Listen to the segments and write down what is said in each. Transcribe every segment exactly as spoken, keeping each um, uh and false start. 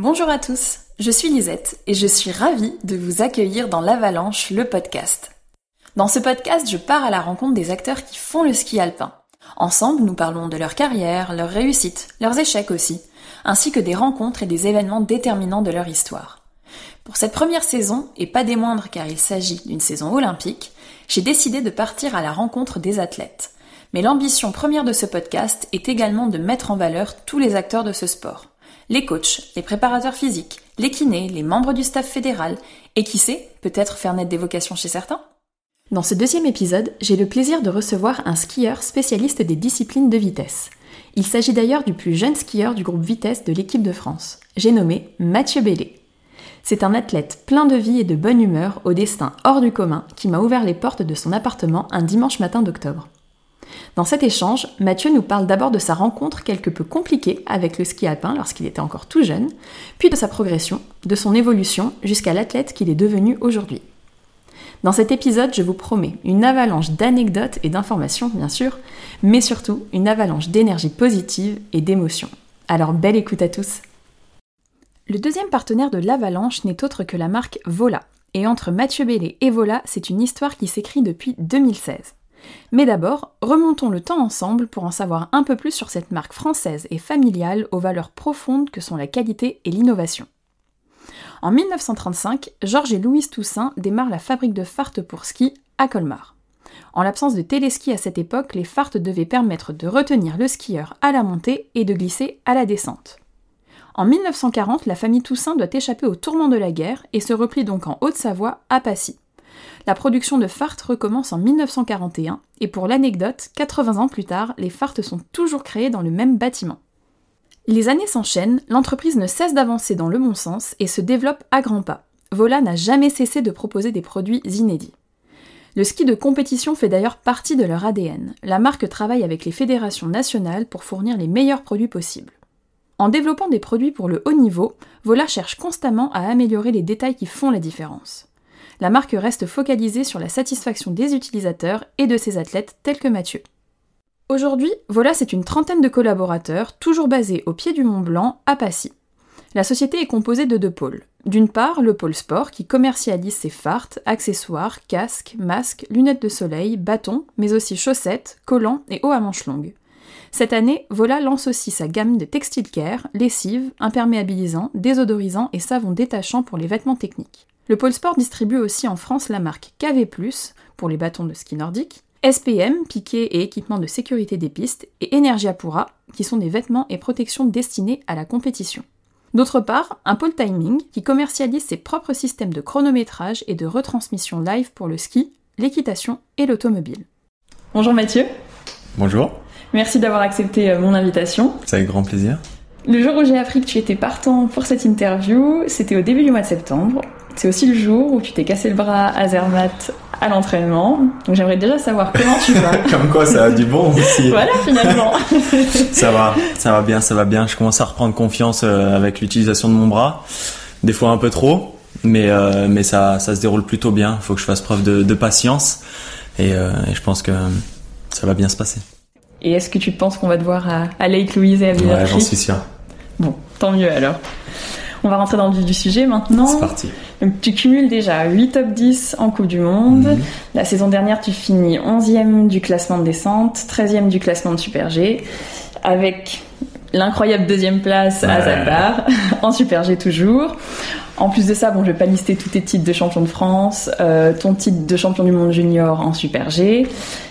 Bonjour à tous, je suis Lisette et je suis ravie de vous accueillir dans l'Avalanche, le podcast. Dans ce podcast, je pars à la rencontre des acteurs qui font le ski alpin. Ensemble, nous parlons de leur carrière, leurs réussites, leurs échecs aussi, ainsi que des rencontres et des événements déterminants de leur histoire. Pour cette première saison, et pas des moindres car il s'agit d'une saison olympique, j'ai décidé de partir à la rencontre des athlètes. Mais l'ambition première de ce podcast est également de mettre en valeur tous les acteurs de ce sport. Les coachs, les préparateurs physiques, les kinés, les membres du staff fédéral, et qui sait, peut-être faire naître des vocations chez certains. Dans ce deuxième épisode, j'ai le plaisir de recevoir un skieur spécialiste des disciplines de vitesse. Il s'agit d'ailleurs du plus jeune skieur du groupe vitesse de l'équipe de France. J'ai nommé Mathieu Bellé. C'est un athlète plein de vie et de bonne humeur, au destin hors du commun, qui m'a ouvert les portes de son appartement un dimanche matin d'octobre. Dans cet échange, Mathieu nous parle d'abord de sa rencontre quelque peu compliquée avec le ski alpin lorsqu'il était encore tout jeune, puis de sa progression, de son évolution jusqu'à l'athlète qu'il est devenu aujourd'hui. Dans cet épisode, je vous promets une avalanche d'anecdotes et d'informations, bien sûr, mais surtout une avalanche d'énergie positive et d'émotions. Alors belle écoute à tous. Le deuxième partenaire de l'avalanche n'est autre que la marque Vola. Et entre Mathieu Bellé et Vola, c'est une histoire qui s'écrit depuis deux mille seize. Mais d'abord, remontons le temps ensemble pour en savoir un peu plus sur cette marque française et familiale aux valeurs profondes que sont la qualité et l'innovation. En dix-neuf cent trente-cinq, Georges et Louise Toussaint démarrent la fabrique de fartes pour ski à Colmar. En l'absence de téléski à cette époque, les fartes devaient permettre de retenir le skieur à la montée et de glisser à la descente. En dix-neuf cent quarante, la famille Toussaint doit échapper au tourment de la guerre et se replie donc en Haute-Savoie, à Passy. La production de fartes recommence en dix-neuf cent quarante et un, et pour l'anecdote, quatre-vingts ans plus tard, les fartes sont toujours créées dans le même bâtiment. Les années s'enchaînent, l'entreprise ne cesse d'avancer dans le bon sens et se développe à grands pas. Vola n'a jamais cessé de proposer des produits inédits. Le ski de compétition fait d'ailleurs partie de leur A D N. La marque travaille avec les fédérations nationales pour fournir les meilleurs produits possibles. En développant des produits pour le haut niveau, Vola cherche constamment à améliorer les détails qui font la différence. La marque reste focalisée sur la satisfaction des utilisateurs et de ses athlètes tels que Mathieu. Aujourd'hui, Vola c'est une trentaine de collaborateurs, toujours basés au pied du Mont Blanc, à Passy. La société est composée de deux pôles. D'une part, le pôle sport qui commercialise ses fartes, accessoires, casques, masques, lunettes de soleil, bâtons, mais aussi chaussettes, collants et hauts à manches longues. Cette année, Vola lance aussi sa gamme de textile care, lessive, imperméabilisants, désodorisants et savons détachants pour les vêtements techniques. Le pôle sport distribue aussi en France la marque K V plus, pour les bâtons de ski nordique, S P M, piquets et équipements de sécurité des pistes, et Energia Pura, qui sont des vêtements et protections destinés à la compétition. D'autre part, un pôle timing, qui commercialise ses propres systèmes de chronométrage et de retransmission live pour le ski, l'équitation et l'automobile. Bonjour Mathieu. Bonjour. Merci d'avoir accepté mon invitation. C'est avec grand plaisir. Le jour où j'ai appris que tu étais partant pour cette interview, c'était au début du mois de septembre. C'est aussi le jour où tu t'es cassé le bras à Zermatt à l'entraînement. Donc j'aimerais déjà savoir comment tu vas. Comme quoi ça a du bon aussi. Voilà, finalement. Ça va, ça va bien, ça va bien. Je commence à reprendre confiance avec l'utilisation de mon bras. Des fois un peu trop, mais, euh, mais ça, ça se déroule plutôt bien. Il faut que je fasse preuve de, de patience et, euh, et je pense que ça va bien se passer. Et est-ce que tu penses qu'on va te voir à, à Lake Louise et à Villers-Cotterêts ? Ouais, j'en suis sûr. Bon, tant mieux alors. On va rentrer dans le vif du sujet maintenant. C'est parti. Donc, tu cumules déjà huit top dix en Coupe du Monde. Mmh. La saison dernière, tu finis onzième du classement de descente, treizième du classement de Super G, avec l'incroyable deuxième place ouais. à Zadar, en Super G toujours. En plus de ça, bon, je vais pas lister tous tes titres de champion de France, euh, ton titre de champion du monde junior en Super G.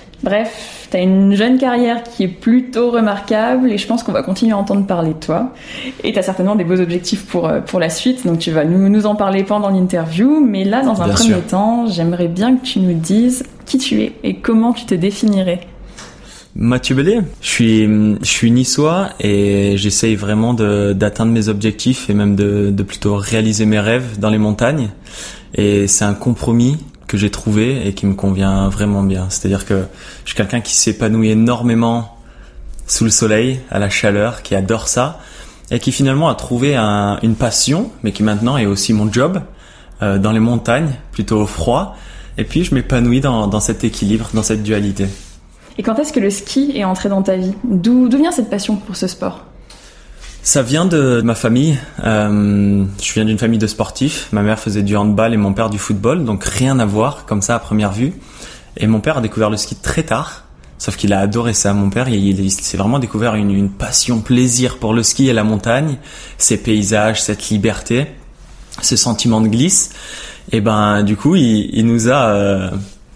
Bref, t'as une jeune carrière qui est plutôt remarquable et je pense qu'on va continuer à entendre parler de toi. Et t'as certainement des beaux objectifs pour, pour la suite, donc tu vas nous, nous en parler pendant l'interview. Mais là, dans un bien premier sûr. temps, j'aimerais bien que tu nous dises qui tu es et comment tu te définirais. Mathieu Bellé, je suis, je suis niçois et j'essaye vraiment de, d'atteindre mes objectifs et même de, de plutôt réaliser mes rêves dans les montagnes. Et c'est un compromis que j'ai trouvé et qui me convient vraiment bien. C'est-à-dire que je suis quelqu'un qui s'épanouit énormément sous le soleil, à la chaleur, qui adore ça et qui finalement a trouvé un, une passion, mais qui maintenant est aussi mon job, euh, dans les montagnes, plutôt au froid. Et puis je m'épanouis dans, dans cet équilibre, dans cette dualité. Et quand est-ce que le ski est entré dans ta vie ? D'où, d'où vient cette passion pour ce sport ? Ça vient de ma famille. Euh, je viens d'une famille de sportifs. Ma mère faisait du handball et mon père du football, donc rien à voir comme ça à première vue. Et mon père a découvert le ski très tard, sauf qu'il a adoré ça. Mon père, il, il s'est vraiment découvert une, une passion, plaisir pour le ski et la montagne, ces paysages, cette liberté, ce sentiment de glisse. Et ben, du coup, il, il nous a euh,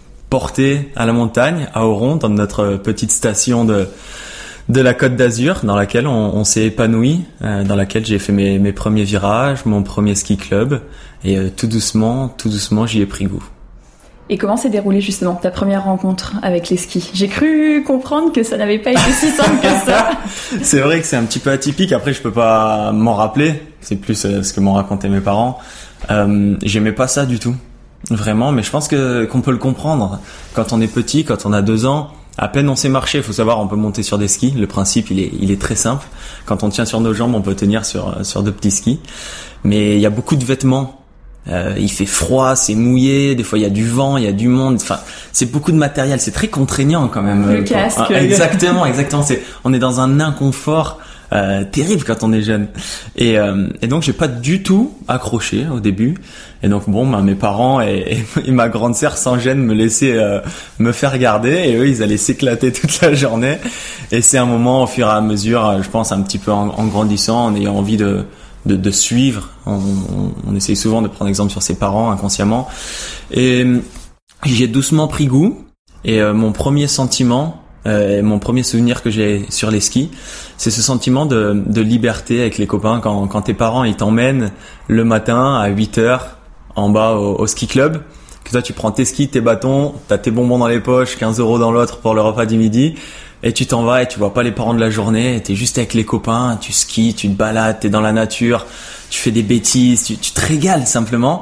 portés à la montagne, à Oron, dans notre petite station de de la Côte d'Azur, dans laquelle on, on s'est épanoui, euh, dans laquelle j'ai fait mes, mes premiers virages, mon premier ski club, et euh, tout doucement, tout doucement, j'y ai pris goût. Et comment s'est déroulée justement ta première rencontre avec les skis ? J'ai cru comprendre que ça n'avait pas été si simple que ça. C'est vrai que c'est un petit peu atypique. Après, je peux pas m'en rappeler. C'est plus euh, ce que m'ont raconté mes parents. Euh, j'aimais pas ça du tout, vraiment. Mais je pense que qu'on peut le comprendre quand on est petit, quand on a deux ans. À peine on sait marcher, il faut savoir, on peut monter sur des skis. Le principe, il est, il est très simple. Quand on tient sur nos jambes, on peut tenir sur, sur deux petits skis. Mais il y a beaucoup de vêtements. Euh, il fait froid, c'est mouillé. Des fois, il y a du vent, il y a du monde. Enfin, c'est beaucoup de matériel. C'est très contraignant quand même. Le casque. Ah, exactement, exactement. C'est, on est dans un inconfort euh, terrible quand on est jeune. Et, euh, et donc, j'ai pas du tout accroché au début. Et donc bon, bah, mes parents et, et, et ma grande sœur sans gêne me laissaient euh, me faire regarder, et eux ils allaient s'éclater toute la journée. Et c'est un moment, au fur et à mesure, je pense un petit peu en, en grandissant, en ayant envie de de, de suivre. On, on, on essaye souvent de prendre exemple sur ses parents inconsciemment. Et j'y ai doucement pris goût. Et euh, mon premier sentiment, euh, mon premier souvenir que j'ai sur les skis, c'est ce sentiment de, de liberté avec les copains quand, quand tes parents ils t'emmènent le matin à huit heures en bas au, au ski club, que toi tu prends tes skis, tes bâtons, t'as tes bonbons dans les poches, quinze euros dans l'autre pour le repas du midi, et tu t'en vas et tu vois pas les parents de la journée, et t'es juste avec les copains, tu skis, tu te balades, t'es dans la nature, tu fais des bêtises, tu, tu te régales simplement.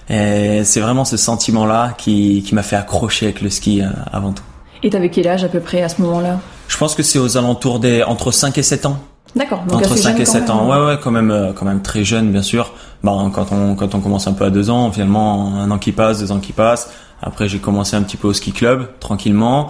Et c'est vraiment ce sentiment-là qui, qui m'a fait accrocher avec le ski euh, avant tout. Et t'avais quel âge à peu près à ce moment-là ? Je pense que c'est aux alentours des entre cinq et sept ans. D'accord. Donc entre cinq et sept ans. Même. Ouais, ouais, quand même, euh, quand même très jeune, bien sûr. Bah, quand on, quand on commence un peu à deux ans, finalement, un an qui passe, deux ans qui passent. Après, j'ai commencé un petit peu au ski club, tranquillement.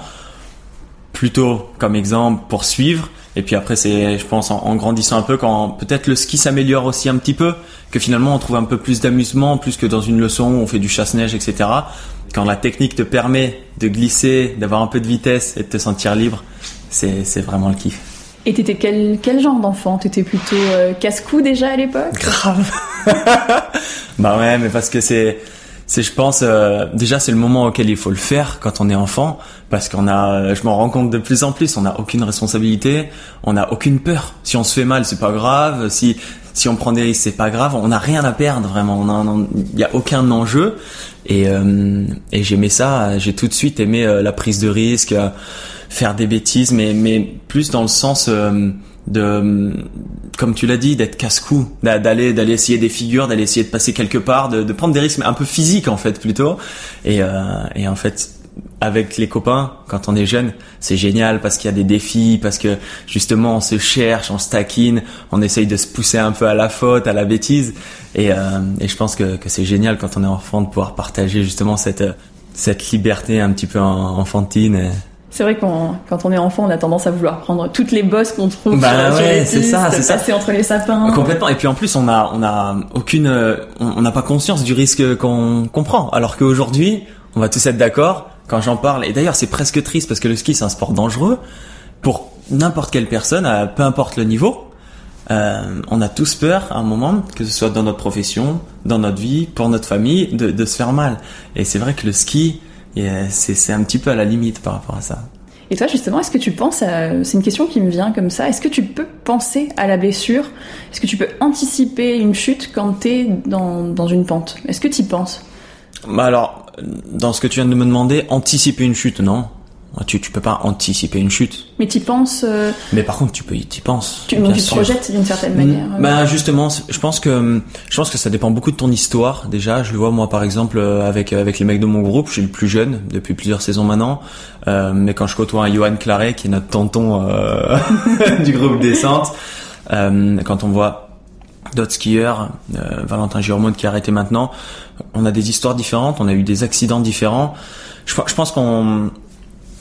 Plutôt comme exemple pour suivre. Et puis après, c'est, je pense, en, en grandissant un peu, quand peut-être le ski s'améliore aussi un petit peu, que finalement, on trouve un peu plus d'amusement, plus que dans une leçon où on fait du chasse-neige, et cetera. Quand la technique te permet de glisser, d'avoir un peu de vitesse et de te sentir libre, c'est, c'est vraiment le kiff. Et t'étais quel, quel genre d'enfant ? T'étais plutôt euh, casse-cou déjà à l'époque ? Grave. Bah ouais, mais parce que c'est, c'est, je pense, euh, déjà c'est le moment auquel il faut le faire quand on est enfant, parce qu'on a, je m'en rends compte de plus en plus, on n'a aucune responsabilité, on n'a aucune peur. Si on se fait mal, c'est pas grave. Si si on prend des risques, c'est pas grave. On n'a rien à perdre vraiment. Il y a aucun enjeu. Et euh, et j'aimais ça. J'ai tout de suite aimé euh, la prise de risque. Euh, faire des bêtises, mais mais plus dans le sens euh, de, comme tu l'as dit, d'être casse-cou, d'aller d'aller essayer des figures, d'aller essayer de passer quelque part, de, de prendre des risques, mais un peu physiques en fait plutôt. Et euh, et en fait, avec les copains, quand on est jeune, c'est génial parce qu'il y a des défis, parce que justement on se cherche, on se taquine, on essaye de se pousser un peu à la faute, à la bêtise. Et euh, et je pense que que c'est génial quand on est enfant de pouvoir partager justement cette cette liberté un petit peu enfantine. Et, c'est vrai que quand on est enfant, on a tendance à vouloir prendre toutes les bosses qu'on trouve bah sur, ouais, sur les pistes, c'est ça, c'est passer ça. entre les sapins. Complètement. Et puis en plus, on a, on a aucune, on n'a pas conscience du risque qu'on, qu'on prend. Alors qu'aujourd'hui, on va tous être d'accord quand j'en parle. Et d'ailleurs, c'est presque triste parce que le ski, c'est un sport dangereux pour n'importe quelle personne, peu importe le niveau. Euh, on a tous peur à un moment, que ce soit dans notre profession, dans notre vie, pour notre famille, de, de se faire mal. Et c'est vrai que le ski, c'est, c'est un petit peu à la limite par rapport à ça. Et toi, justement, est-ce que tu penses à... C'est une question qui me vient comme ça. Est-ce que tu peux penser à la blessure ? Est-ce que tu peux anticiper une chute quand t'es dans, dans une pente ? Est-ce que tu y penses ? Bah alors, dans ce que tu viens de me demander, anticiper une chute, non. Tu, tu peux pas anticiper une chute. Mais t'y penses euh... Mais par contre, tu peux, t'y penses. Tu, donc tu te projettes d'une certaine manière. Euh... Ben justement, je pense que je pense que ça dépend beaucoup de ton histoire. Déjà, je le vois moi par exemple avec avec les mecs de mon groupe. Je suis le plus jeune depuis plusieurs saisons maintenant. Euh, mais quand je côtoie un Johan Claret qui est notre tonton euh, du groupe descente, euh, quand on voit d'autres skieurs, euh, Valentin Girmaude qui a arrêté maintenant, on a des histoires différentes. On a eu des accidents différents. Je, je pense qu'on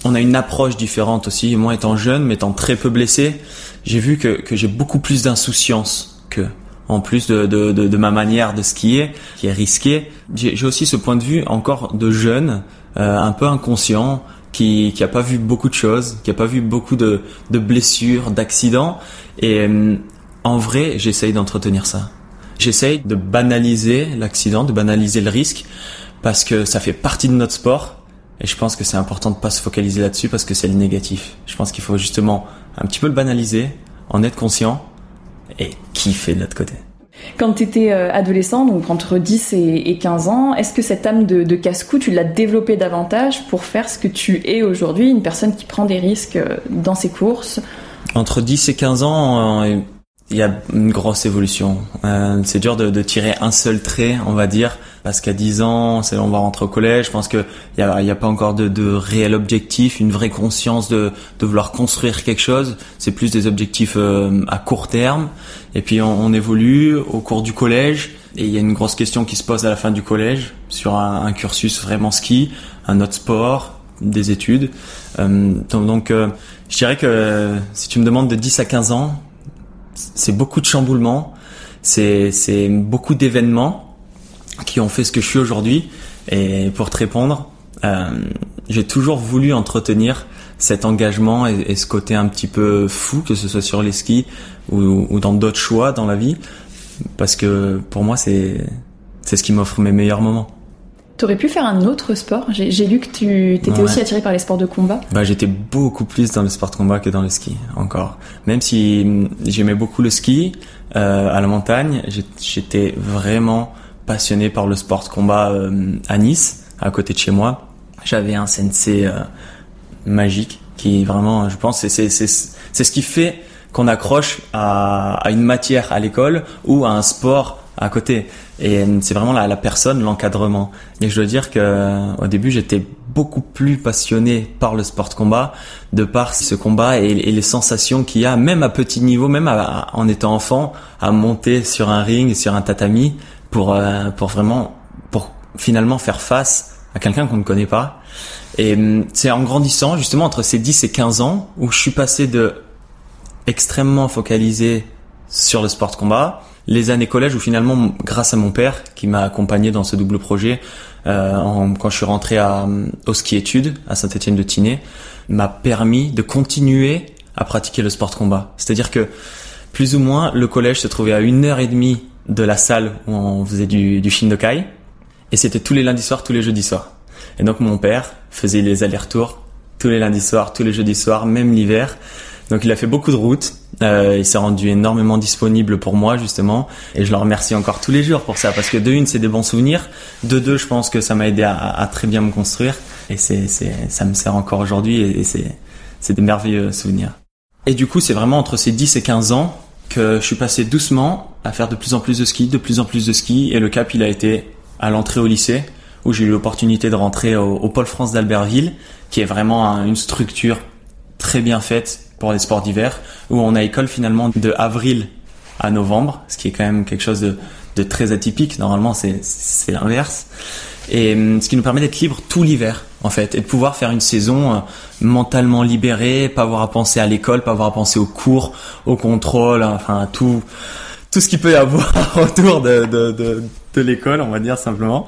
on a une approche différente aussi. Moi, étant jeune, mais étant très peu blessé, j'ai vu que, que j'ai beaucoup plus d'insouciance que, en plus de, de, de, de ma manière de skier, qui est risquée. J'ai, j'ai aussi ce point de vue encore de jeune, euh, un peu inconscient, qui, qui a pas vu beaucoup de choses, qui a pas vu beaucoup de, de blessures, d'accidents. Et euh, en vrai, j'essaye d'entretenir ça. J'essaye de banaliser l'accident, de banaliser le risque, parce que ça fait partie de notre sport. Et je pense que c'est important de pas se focaliser là-dessus parce que c'est le négatif. Je pense qu'il faut justement un petit peu le banaliser, en être conscient et kiffer de l'autre côté. Quand tu étais adolescent, donc entre dix et quinze ans, est-ce que cette âme de, de casse-cou, tu l'as développée davantage pour faire ce que tu es aujourd'hui, une personne qui prend des risques dans ses courses? Entre dix et quinze ans, euh, il y a une grosse évolution. Euh, c'est dur de, de tirer un seul trait, on va dire, parce qu'à dix ans, c'est, on va rentrer au collège. Je pense que il y a, il y a pas encore de, de réel objectif, une vraie conscience de, de vouloir construire quelque chose. C'est plus des objectifs euh, à court terme. Et puis on, on évolue au cours du collège. Et il y a une grosse question qui se pose à la fin du collège sur un, un cursus vraiment ski, un autre sport, des études. Euh, donc, donc euh, je dirais que euh, si tu me demandes de dix à quinze ans, c'est beaucoup de chamboulements, c'est, c'est beaucoup d'événements qui ont fait ce que je suis aujourd'hui. Et pour te répondre, euh, j'ai toujours voulu entretenir cet engagement et, et ce côté un petit peu fou, que ce soit sur les skis ou, ou dans d'autres choix dans la vie, parce que pour moi, c'est, c'est ce qui m'offre mes meilleurs moments. T'aurais pu faire un autre sport. J'ai, j'ai lu que tu t'étais ouais. aussi attiré par les sports de combat. Bah, j'étais beaucoup plus dans le sport de combat que dans le ski, encore. Même si j'aimais beaucoup le ski, euh, à la montagne, j'étais vraiment passionné par le sport de combat euh, à Nice, à côté de chez moi. J'avais un sensei euh, magique qui vraiment, je pense, c'est, c'est, c'est, c'est ce qui fait qu'on accroche à, à une matière à l'école ou à un sport à côté. Et c'est vraiment la, la personne, l'encadrement. Et je dois dire que au début, j'étais beaucoup plus passionné par le sport de combat, de par ce combat et, et les sensations qu'il y a, même à petit niveau, même à, à, en étant enfant, à monter sur un ring, sur un tatami, pour euh, pour vraiment, pour finalement faire face à quelqu'un qu'on ne connaît pas. Et c'est en grandissant, justement, entre ces dix et quinze ans, où je suis passé de extrêmement focalisé sur le sport de combat, les années collège où finalement, grâce à mon père qui m'a accompagné dans ce double projet, euh, en, quand je suis rentré à, au ski études à Saint-Étienne-de-Tinée, m'a permis de continuer à pratiquer le sport de combat. C'est-à-dire que plus ou moins le collège se trouvait à une heure et demie de la salle où on faisait du, du Shindokai, et c'était tous les lundis soirs, tous les jeudis soirs. Et donc mon père faisait les allers-retours tous les lundis soirs, tous les jeudis soirs, même l'hiver. Donc il a fait beaucoup de routes, euh, il s'est rendu énormément disponible pour moi justement, et je le remercie encore tous les jours pour ça, parce que de une, c'est des bons souvenirs, de deux, je pense que ça m'a aidé à, à très bien me construire, et c'est, c'est, ça me sert encore aujourd'hui, et, et c'est, c'est des merveilleux souvenirs. Et du coup, c'est vraiment entre ces dix et quinze ans que je suis passé doucement à faire de plus en plus de ski, de plus en plus de ski, et le cap, il a été à l'entrée au lycée, où j'ai eu l'opportunité de rentrer au, au Pôle France d'Albertville, qui est vraiment un, une structure très bien faite pour les sports d'hiver, où on a école finalement de avril à novembre, ce qui est quand même quelque chose de, de très atypique. Normalement, c'est, c'est l'inverse. Et ce qui nous permet d'être libre tout l'hiver, en fait, et de pouvoir faire une saison euh, mentalement libérée, pas avoir à penser à l'école, pas avoir à penser aux cours, au contrôle, enfin à tout, tout ce qu'il peut y avoir autour de, de, de, de l'école, on va dire simplement.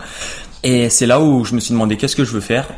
Et c'est là où je me suis demandé qu'est-ce que je veux faire.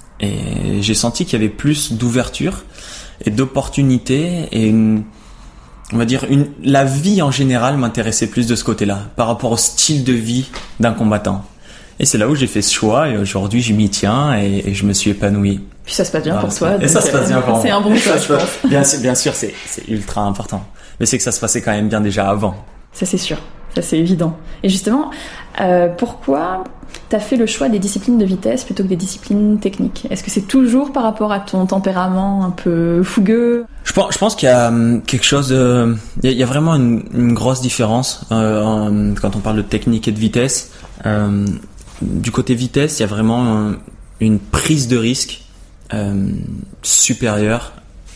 Et j'ai senti qu'il y avait plus d'ouverture et d'opportunités et une, on va dire une, la vie en général m'intéressait plus de ce côté-là par rapport au style de vie d'un combattant. Et c'est là où j'ai fait ce choix et aujourd'hui je m'y tiens et, et je me suis épanoui. Puis ça se passe bien ah, pour toi. Et ça se passe bien pour moi. C'est un bon choix, je pense. Bien sûr, bien sûr, c'est, c'est ultra important. Mais c'est que ça se passait quand même bien déjà avant. Ça c'est sûr, ça c'est évident. Et justement, euh, pourquoi t'as fait le choix des disciplines de vitesse plutôt que des disciplines techniques? Est-ce que c'est toujours par rapport à ton tempérament un peu fougueux? Je pense, je pense qu'il y a quelque chose de, il y a, il y a vraiment une, une grosse différence euh, en, quand on parle de technique et de vitesse. Euh, du côté vitesse, il y a vraiment un, une prise de risque euh, supérieure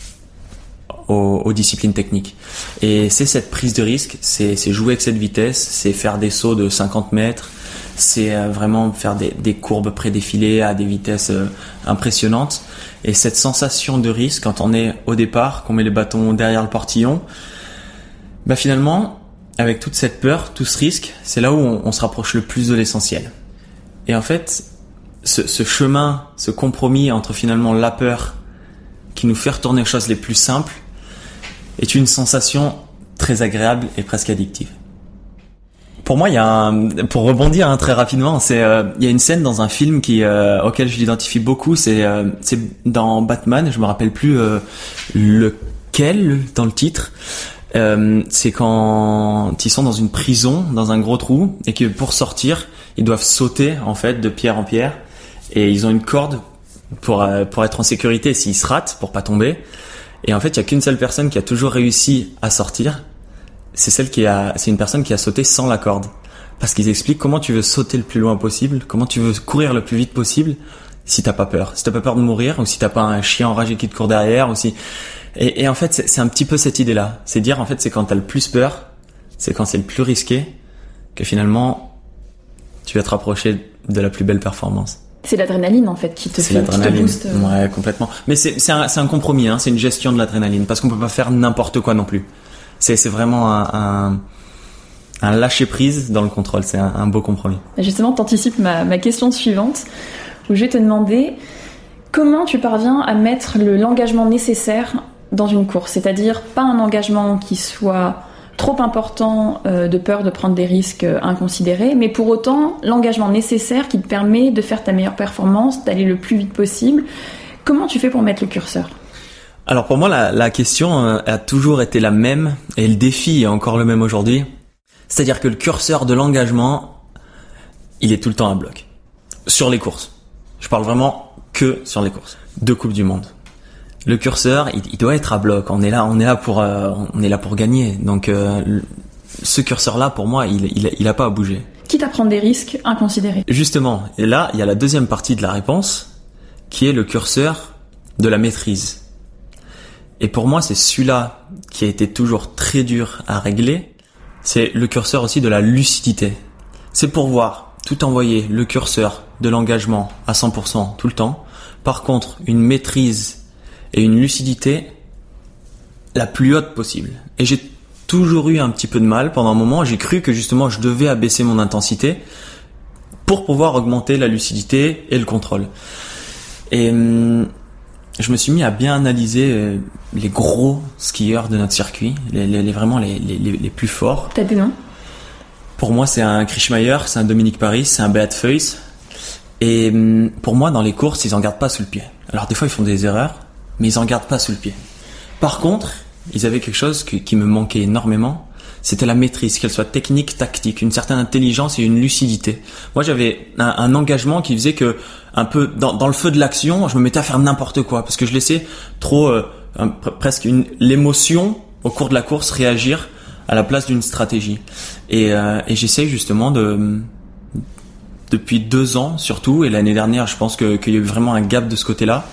aux, aux disciplines techniques. Et c'est cette prise de risque, c'est, c'est jouer avec cette vitesse, c'est faire des sauts de cinquante mètres, c'est euh, vraiment faire des, des courbes prédéfilées à des vitesses euh, impressionnantes. Et cette sensation de risque, quand on est au départ, qu'on met les bâtons derrière le portillon, bah finalement, avec toute cette peur, tout ce risque, c'est là où on, on se rapproche le plus de l'essentiel. Et en fait, ce, ce chemin, ce compromis entre finalement la peur qui nous fait retourner aux choses les plus simples est une sensation très agréable et presque addictive. Pour moi, il y a un, pour rebondir hein, très rapidement, c'est euh, il y a une scène dans un film qui euh, auquel je l'identifie beaucoup, c'est euh, c'est dans Batman, je me rappelle plus euh, lequel dans le titre. Euh, c'est quand ils sont dans une prison, dans un gros trou, et que pour sortir, ils doivent sauter en fait de pierre en pierre, et ils ont une corde pour euh, pour être en sécurité s'ils se ratent, pour pas tomber. Et en fait, il y a qu'une seule personne qui a toujours réussi à sortir. C'est celle qui a, c'est une personne qui a sauté sans la corde. Parce qu'ils expliquent comment tu veux sauter le plus loin possible, comment tu veux courir le plus vite possible, si t'as pas peur. Si t'as pas peur de mourir, ou si t'as pas un chien enragé qui te court derrière, ou si, et, et en fait, c'est, c'est un petit peu cette idée-là. C'est dire, en fait, c'est quand t'as le plus peur, c'est quand c'est le plus risqué, que finalement, tu vas te rapprocher de la plus belle performance. C'est l'adrénaline, en fait, qui te c'est fait, l'adrénaline. qui te booste. Ouais, complètement. Mais c'est, c'est un, c'est un compromis, hein. C'est une gestion de l'adrénaline. Parce qu'on peut pas faire n'importe quoi non plus. C'est, c'est vraiment un, un, un lâcher prise dans le contrôle. C'est un, un beau compromis. Justement, t'anticipes ma, ma question suivante, où je vais te demander comment tu parviens à mettre le, l'engagement nécessaire dans une course. C'est-à-dire pas un engagement qui soit trop important euh, de peur de prendre des risques euh, inconsidérés, mais pour autant l'engagement nécessaire qui te permet de faire ta meilleure performance, d'aller le plus vite possible. Comment tu fais pour mettre le curseur ? Alors pour moi, la, la question euh, a toujours été la même, et le défi est encore le même aujourd'hui. C'est-à-dire que le curseur de l'engagement, il est tout le temps à bloc. Sur les courses. Je parle vraiment que sur les courses. De Coupe du Monde. Le curseur, il, il doit être à bloc. On est là, on est là pour, euh, on est là pour gagner. Donc euh, ce curseur-là, pour moi, il, il, il a pas à bouger. Quitte à prendre des risques inconsidérés. Justement. Et là, il y a la deuxième partie de la réponse, qui est le curseur de la maîtrise. Et pour moi, c'est celui-là qui a été toujours très dur à régler. C'est le curseur aussi de la lucidité. C'est pour voir, tout envoyer le curseur de l'engagement à cent pour cent tout le temps. Par contre, une maîtrise et une lucidité la plus haute possible. Et j'ai toujours eu un petit peu de mal pendant un moment. J'ai cru que justement, je devais abaisser mon intensité pour pouvoir augmenter la lucidité et le contrôle. Et hum, je me suis mis à bien analyser euh, les gros skieurs de notre circuit, les, les, les vraiment les, les, les plus forts. T'as des noms ? Pour moi, c'est un Krischmaier, c'est un Dominique Paris, c'est un Beat Feuz. Et hum, pour moi, dans les courses, ils en gardent pas sous le pied. Alors des fois, ils font des erreurs, mais ils en gardent pas sous le pied. Par contre, ils avaient quelque chose qui, qui me manquait énormément. C'était la maîtrise, qu'elle soit technique, tactique, une certaine intelligence et une lucidité. Moi, j'avais un, un engagement qui faisait que, un peu dans, dans le feu de l'action, je me mettais à faire n'importe quoi parce que je laissais trop, euh, un, presque une, l'émotion au cours de la course réagir à la place d'une stratégie. Et, euh, et j'essaye justement de, depuis deux ans surtout, et l'année dernière, je pense que, qu'il y a eu vraiment un gap de ce côté-là,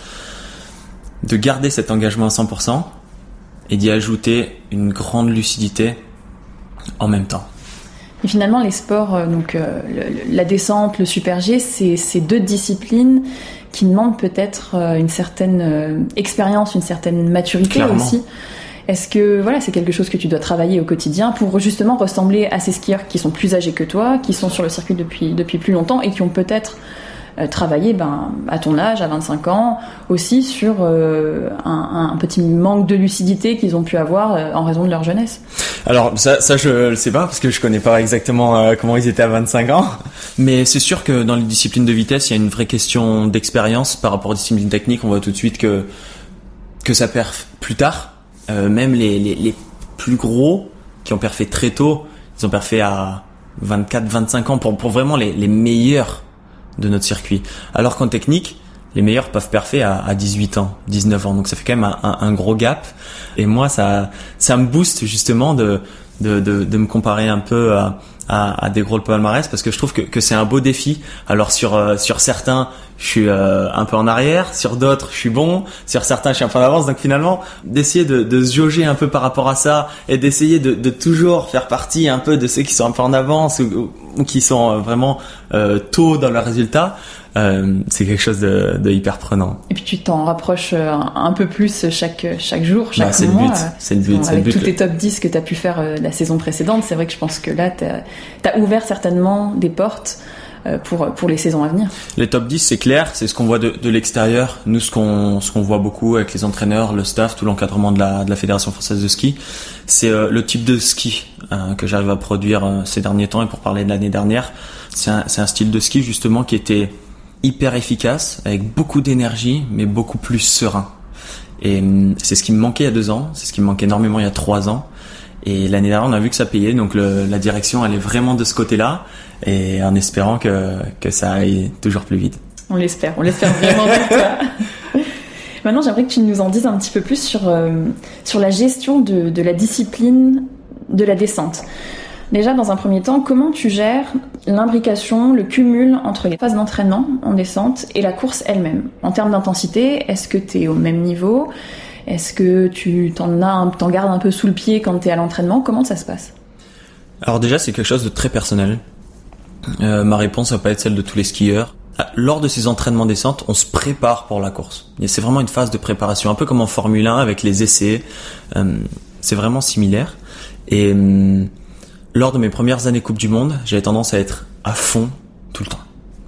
de garder cet engagement à cent pour cent et d'y ajouter une grande lucidité en même temps. Et finalement, les sports, euh, donc euh, le, la descente, le super G, c'est, c'est deux disciplines qui demandent peut-être euh, une certaine euh, expérience, une certaine maturité. Clairement. Aussi. Est-ce que voilà, c'est quelque chose que tu dois travailler au quotidien pour justement ressembler à ces skieurs qui sont plus âgés que toi, qui sont sur le circuit depuis depuis plus longtemps et qui ont peut-être euh, travaillé, ben à ton âge, à vingt-cinq ans, aussi sur euh, un, un petit manque de lucidité qu'ils ont pu avoir euh, en raison de leur jeunesse. Alors ça, ça je le sais pas parce que je connais pas exactement euh, comment ils étaient à vingt-cinq ans, mais c'est sûr que dans les disciplines de vitesse, il y a une vraie question d'expérience par rapport aux disciplines techniques. On voit tout de suite que que ça perd plus tard. Euh, même les, les les plus gros qui ont perfé très tôt, ils ont perfé à vingt-quatre vingt-cinq ans pour pour vraiment les les meilleurs de notre circuit. Alors qu'en technique, les meilleurs peuvent perfer à, à dix-huit ans, dix-neuf ans. Donc ça fait quand même un, un, un gros gap. Et moi, ça, ça me booste justement de, de, de, de me comparer un peu à, à, à des gros palmarès parce que je trouve que, que c'est un beau défi. Alors sur, euh, sur certains, je suis euh, un peu en arrière. Sur d'autres, je suis bon. Sur certains, je suis un peu en avance. Donc finalement, d'essayer de, de se jauger un peu par rapport à ça et d'essayer de, de toujours faire partie un peu de ceux qui sont un peu en avance ou, ou ou qui sont vraiment euh, tôt dans leurs résultats, euh, c'est quelque chose de, de hyper prenant. Et puis tu t'en rapproches un, un peu plus chaque chaque jour, chaque bah, c'est mois. Le but, c'est le but, bon, c'est avec le but. tous tes top dix que tu as pu faire euh, la saison précédente, c'est vrai que je pense que là, tu as ouvert certainement des portes pour pour les saisons à venir. Les top dix, c'est clair, c'est ce qu'on voit de, de l'extérieur. Nous, ce qu'on ce qu'on voit beaucoup avec les entraîneurs, le staff, tout l'encadrement de la de la Fédération française de ski, c'est euh, le type de ski euh, que j'arrive à produire euh, ces derniers temps. Et pour parler de l'année dernière, c'est un c'est un style de ski justement qui était hyper efficace, avec beaucoup d'énergie, mais beaucoup plus serein. Et euh, c'est ce qui me manquait il y a deux ans, c'est ce qui me manquait énormément il y a trois ans. Et l'année dernière, on a vu que ça payait, donc le, la direction, elle est vraiment de ce côté-là, et en espérant que, que ça aille toujours plus vite. On l'espère, on l'espère vraiment pour toi. Maintenant, j'aimerais que tu nous en dises un petit peu plus sur, euh, sur la gestion de, de la discipline de la descente. Déjà, dans un premier temps, comment tu gères l'imbrication, le cumul entre les phases d'entraînement en descente et la course elle-même? En termes d'intensité, est-ce que tu es au même niveau ? Est-ce que tu t'en, as, t'en gardes un peu sous le pied quand tu es à l'entraînement ? Comment ça se passe ? Alors déjà, c'est quelque chose de très personnel. Euh, ma réponse va pas être celle de tous les skieurs. Lors de ces entraînements descente, on se prépare pour la course. Et c'est vraiment une phase de préparation, un peu comme en Formule un avec les essais. Euh, c'est vraiment similaire. Et euh, lors de mes premières années Coupe du Monde, j'avais tendance à être à fond tout le temps.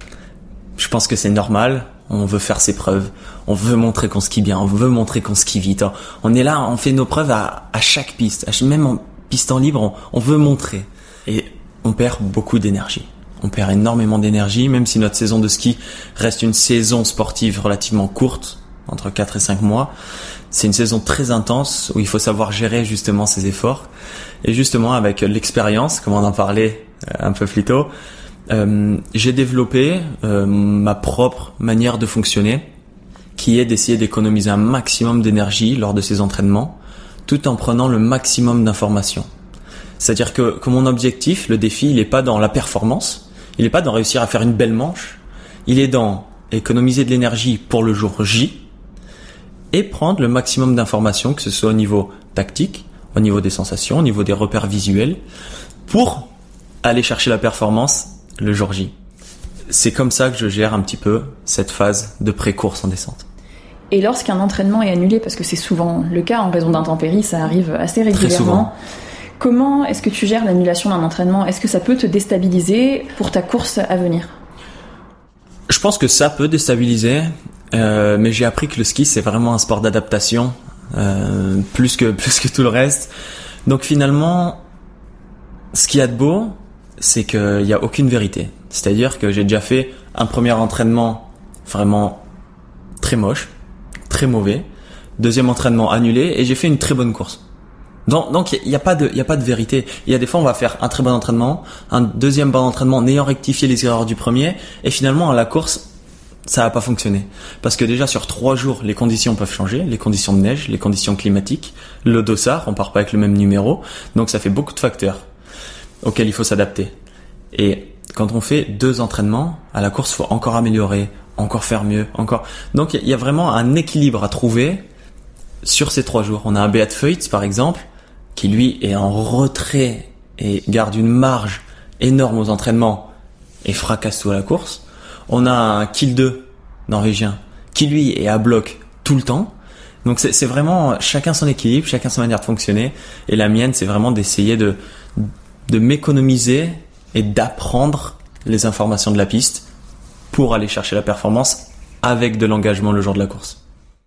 Je pense que c'est normal. On veut faire ses preuves, on veut montrer qu'on skie bien, on veut montrer qu'on skie vite. On est là, on fait nos preuves à, à chaque piste, même en pistant libre, on, on veut montrer. Et on perd beaucoup d'énergie. On perd énormément d'énergie, même si notre saison de ski reste une saison sportive relativement courte, entre quatre et cinq mois. C'est une saison très intense où il faut savoir gérer justement ses efforts. Et justement, avec l'expérience, comme on en parlait un peu plus tôt, Euh, j'ai développé euh, ma propre manière de fonctionner, qui est d'essayer d'économiser un maximum d'énergie lors de ces entraînements, tout en prenant le maximum d'informations. C'est-à-dire que, que mon objectif, le défi, il n'est pas dans la performance, il n'est pas dans réussir à faire une belle manche, il est dans économiser de l'énergie pour le jour J et prendre le maximum d'informations, que ce soit au niveau tactique, au niveau des sensations, au niveau des repères visuels, pour aller chercher la performance le jour J. C'est comme ça que je gère un petit peu cette phase de pré-course en descente. Et lorsqu'un entraînement est annulé, parce que c'est souvent le cas en raison d'intempéries, ça arrive assez régulièrement, comment est-ce que tu gères l'annulation d'un entraînement ? Est-ce que ça peut te déstabiliser pour ta course à venir ? Je pense que ça peut déstabiliser, euh, mais j'ai appris que le ski, c'est vraiment un sport d'adaptation, euh, plus que, plus que tout le reste. Donc finalement, ce qu'il y a de beau, c'est qu'il n'y a aucune vérité. C'est-à-dire que j'ai déjà fait un premier entraînement vraiment très moche, très mauvais, deuxième entraînement annulé, et j'ai fait une très bonne course. Donc, donc il n'y a pas de, il y a pas de vérité. Il y a des fois, on va faire un très bon entraînement, un deuxième bon entraînement en ayant rectifié les erreurs du premier, et finalement, à la course, ça va pas fonctionner. Parce que déjà, sur trois jours, les conditions peuvent changer, les conditions de neige, les conditions climatiques, le dossard, on part pas avec le même numéro, donc ça fait beaucoup de facteurs auxquels il faut s'adapter. Et quand on fait deux entraînements, à la course, il faut encore améliorer, encore faire mieux, encore. Donc il y a vraiment un équilibre à trouver sur ces trois jours. On a un Beat Feuz, par exemple, qui lui est en retrait et garde une marge énorme aux entraînements et fracasse tout à la course. On a un Kiel deux norvégien qui lui est à bloc tout le temps. Donc c'est, c'est vraiment chacun son équilibre, chacun sa manière de fonctionner. Et la mienne, c'est vraiment d'essayer de de m'économiser et d'apprendre les informations de la piste pour aller chercher la performance avec de l'engagement le jour de la course.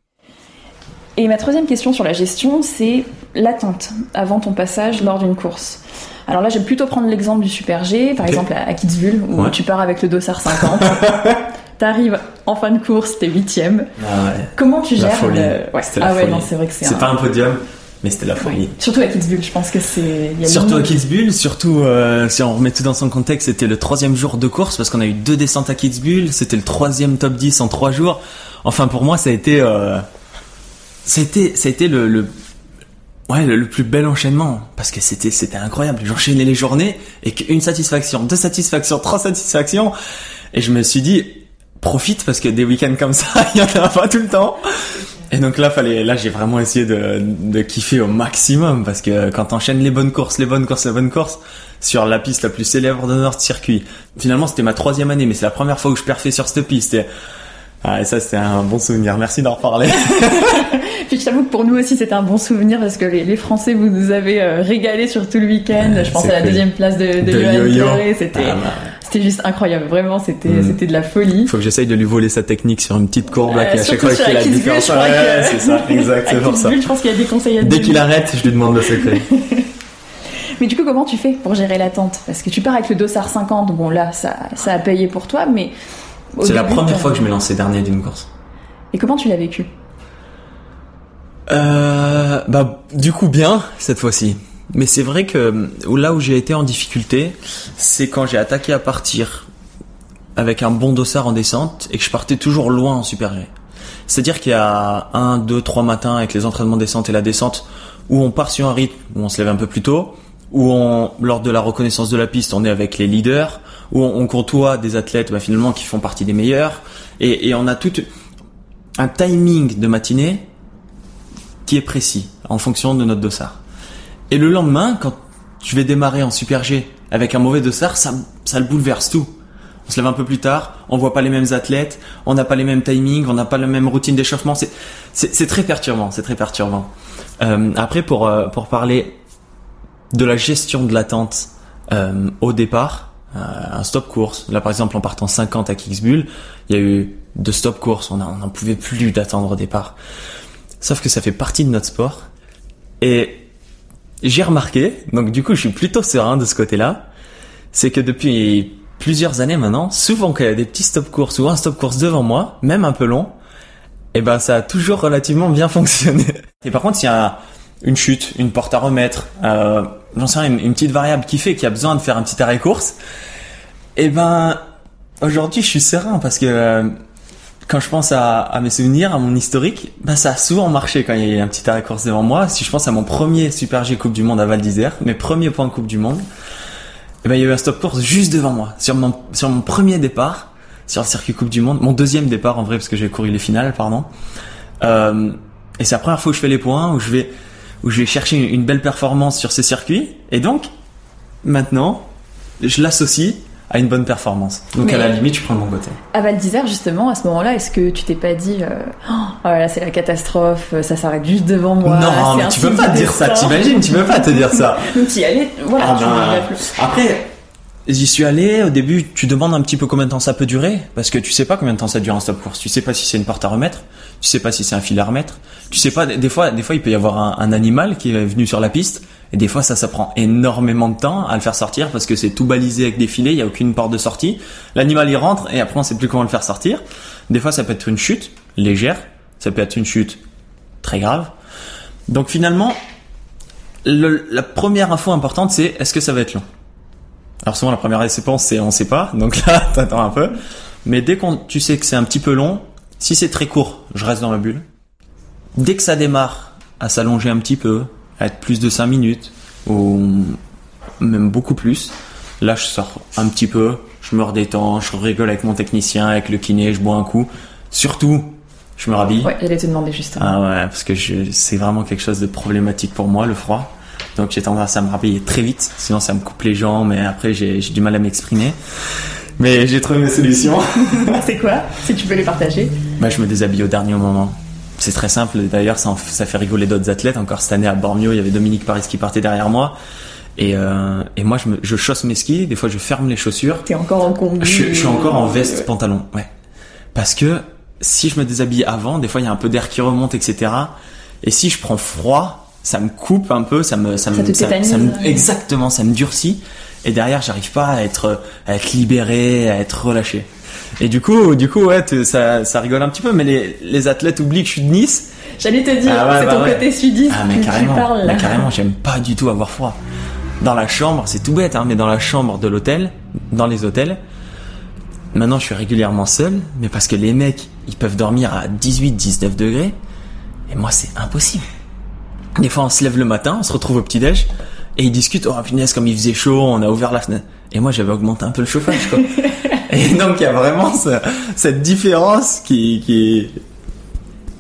Et ma troisième question sur la gestion, c'est l'attente avant ton passage lors d'une course. Alors là, j'aime plutôt prendre l'exemple du Super G, par okay. exemple à Kitzbühel, où ouais. tu pars avec le dossard cinquante. T'arrives en fin de course, t'es huitième. Ah ouais. Comment tu gères la folie. Le... Ouais. C'était la ah ouais, folie. Non, c'est vrai que c'est. C'est un... pas un podium, mais c'était la folie. Ouais. Surtout à Kitzbühel, je pense que c'est. Surtout à Kitzbühel, surtout euh, si on remet tout dans son contexte, c'était le troisième jour de course parce qu'on a eu deux descentes à Kitzbühel. C'était le troisième top dix en trois jours. Enfin, pour moi, ça a été, euh, c'était, ça a été le, le, ouais, le, le plus bel enchaînement parce que c'était, c'était incroyable. J'enchaînais les journées et qu'une satisfaction, deux satisfactions, trois satisfactions, et je me suis dit, profite parce que des week-ends comme ça, il y en a pas tout le temps. Et donc là, fallait, là, j'ai vraiment essayé de, de kiffer au maximum parce que quand t'enchaînes les bonnes courses, les bonnes courses, les bonnes courses sur la piste la plus célèbre de notre circuit. Finalement, c'était ma troisième année, mais c'est la première fois que je perfais sur cette piste. Et, ah, et ça, c'était un bon souvenir. Merci d'en reparler. Puis je t'avoue que pour nous aussi, c'était un bon souvenir parce que les, les Français, vous nous avez euh, régalé sur tout le week-end. Euh, je pense à la cool. deuxième place de, de, de Johan Claret. C'était, ah, bah. c'était juste incroyable. Vraiment, c'était, mm. c'était de la folie. Faut que j'essaye de lui voler sa technique sur une petite courbe, là, euh, qui à chaque fois qu'il fait la différence. Ouais, ouais, c'est ça, exact, c'est pour ça. Je pense qu'il y a des conseils à Dès qu'il arrête, je lui demande le secret. Mais du coup, comment tu fais pour gérer l'attente? Parce que tu pars avec le Dossard cinquante. Bon, là, ça, ça a payé pour toi, mais... C'est début, la première fois que je m'ai lancé dernier d'une course. Et comment tu l'as vécu? Euh, bah, du coup, bien, cette fois-ci. Mais c'est vrai que là où j'ai été en difficulté, c'est quand j'ai attaqué à partir avec un bon dossard en descente et que je partais toujours loin en Super G. C'est-à-dire qu'il y a un, deux, trois matins avec les entraînements descente et la descente où on part sur un rythme, où on se lève un peu plus tôt, où on, lors de la reconnaissance de la piste, on est avec les leaders, où on, on côtoie des athlètes, bah, finalement, qui font partie des meilleurs, et, et on a tout un timing de matinée qui est précis, en fonction de notre dossard. Et le lendemain, quand je vais démarrer en Super G avec un mauvais dossard, ça, ça le bouleverse tout. On se lève un peu plus tard, on voit pas les mêmes athlètes, on n'a pas les mêmes timings, on n'a pas la même routine d'échauffement. C'est, c'est, c'est très perturbant, c'est très perturbant. Euh, après, pour euh, pour parler de la gestion de l'attente euh, au départ, euh, un stop course. Là, par exemple, en partant cinquante à Kitzbühel, il y a eu deux stop courses. On n'en pouvait plus d'attendre au départ. Sauf que ça fait partie de notre sport. Et j'ai remarqué, donc du coup, je suis plutôt serein de ce côté-là, c'est que depuis plusieurs années maintenant, souvent quand il y a des petits stop courses ou un stop course devant moi, même un peu long, et ben ça a toujours relativement bien fonctionné. Et par contre, s'il y a une chute, une porte à remettre, euh, j'en sais rien, une, une petite variable qui fait qu'il y a besoin de faire un petit arrêt course, et ben aujourd'hui je suis serein parce que euh, quand je pense à, à mes souvenirs, à mon historique, ben ça a souvent marché quand il y a un petit arrêt course devant moi. Si je pense à mon premier Super G Coupe du Monde à Val d'Isère, mes premiers points de Coupe du Monde, et ben il y a eu un stop course juste devant moi, sur mon sur mon premier départ sur le circuit Coupe du Monde, mon deuxième départ en vrai parce que j'ai couru les finales, pardon. Euh, et c'est la première fois où je fais les points, où je vais où je vais chercher une, une belle performance sur ce circuit, et donc maintenant je l'associe à une bonne performance. Donc mais à la limite, je prends de mon côté. À Val d'Isère, justement, à ce moment-là, est-ce que tu t'es pas dit euh, oh là c'est la catastrophe, ça s'arrête juste devant moi? Non, mais tu peux pas dire ça, t'imagines, tu peux pas te dire ça. Donc tu y allais, voilà. Ah ben, tu après, j'y suis allé, au début, tu demandes un petit peu combien de temps ça peut durer, parce que tu sais pas combien de temps ça dure un stop course. Tu sais pas si c'est une porte à remettre, tu sais pas si c'est un fil à remettre, tu sais pas, des fois, des fois, il peut y avoir un, un animal qui est venu sur la piste, et des fois, ça, ça prend énormément de temps à le faire sortir parce que c'est tout balisé avec des filets, il y a aucune porte de sortie. L'animal, il rentre et après, on sait plus comment le faire sortir. Des fois, ça peut être une chute légère, ça peut être une chute très grave. Donc finalement, le, la première info importante, c'est est-ce que ça va être long? Alors souvent, la première réponse, c'est on sait pas, donc là, t'attends un peu. Mais dès que tu sais que c'est un petit peu long, si c'est très court, je reste dans ma bulle. Dès que ça démarre à s'allonger un petit peu, à être plus de cinq minutes, ou même beaucoup plus, là, je sors un petit peu, je me redétends, je rigole avec mon technicien, avec le kiné, je bois un coup. Surtout, je me rhabille. Ouais, j'allais te demander justement. Ah ouais, parce que je, c'est vraiment quelque chose de problématique pour moi, le froid. Donc j'ai tendance à me rhabiller très vite, sinon ça me coupe les jambes et après j'ai, j'ai du mal à m'exprimer. Mais j'ai trouvé mes solutions. C'est quoi? Si tu peux les partager. Bah, je me déshabille au dernier moment. C'est très simple, d'ailleurs ça, en, ça fait rigoler d'autres athlètes. Encore cette année à Bormio, il y avait Dominique Paris qui partait derrière moi. Et, euh, et moi je, me, je chausse mes skis, des fois je ferme les chaussures. T'es encore en combi. Je, je suis encore en veste, ouais. Pantalon, ouais. Parce que si je me déshabille avant, des fois il y a un peu d'air qui remonte, et cetera. Et si je prends froid, ça me coupe un peu, ça me, ça, ça me, ça, ça me, exactement, ça me durcit. Et derrière, j'arrive pas à être, à être libéré, à être relâché. Et du coup, du coup, ouais, ça, ça rigole un petit peu, mais les, les athlètes oublient que je suis de Nice. J'allais te dire, ah ouais, c'est bah ton ouais. côté sudiste. Ah, mais carrément, tu parles, mais carrément, j'aime pas du tout avoir froid. Dans la chambre, c'est tout bête, hein, mais dans la chambre de l'hôtel, dans les hôtels, maintenant, je suis régulièrement seul, mais parce que les mecs, ils peuvent dormir à dix-huit, dix-neuf degrés, et moi, c'est impossible. Des fois, on se lève le matin, on se retrouve au petit-déj, et ils discutent, oh, punaise, comme il faisait chaud, on a ouvert la fenêtre. Et moi, j'avais augmenté un peu le chauffage, quoi. Et donc, il y a vraiment ce, cette différence qui, qui,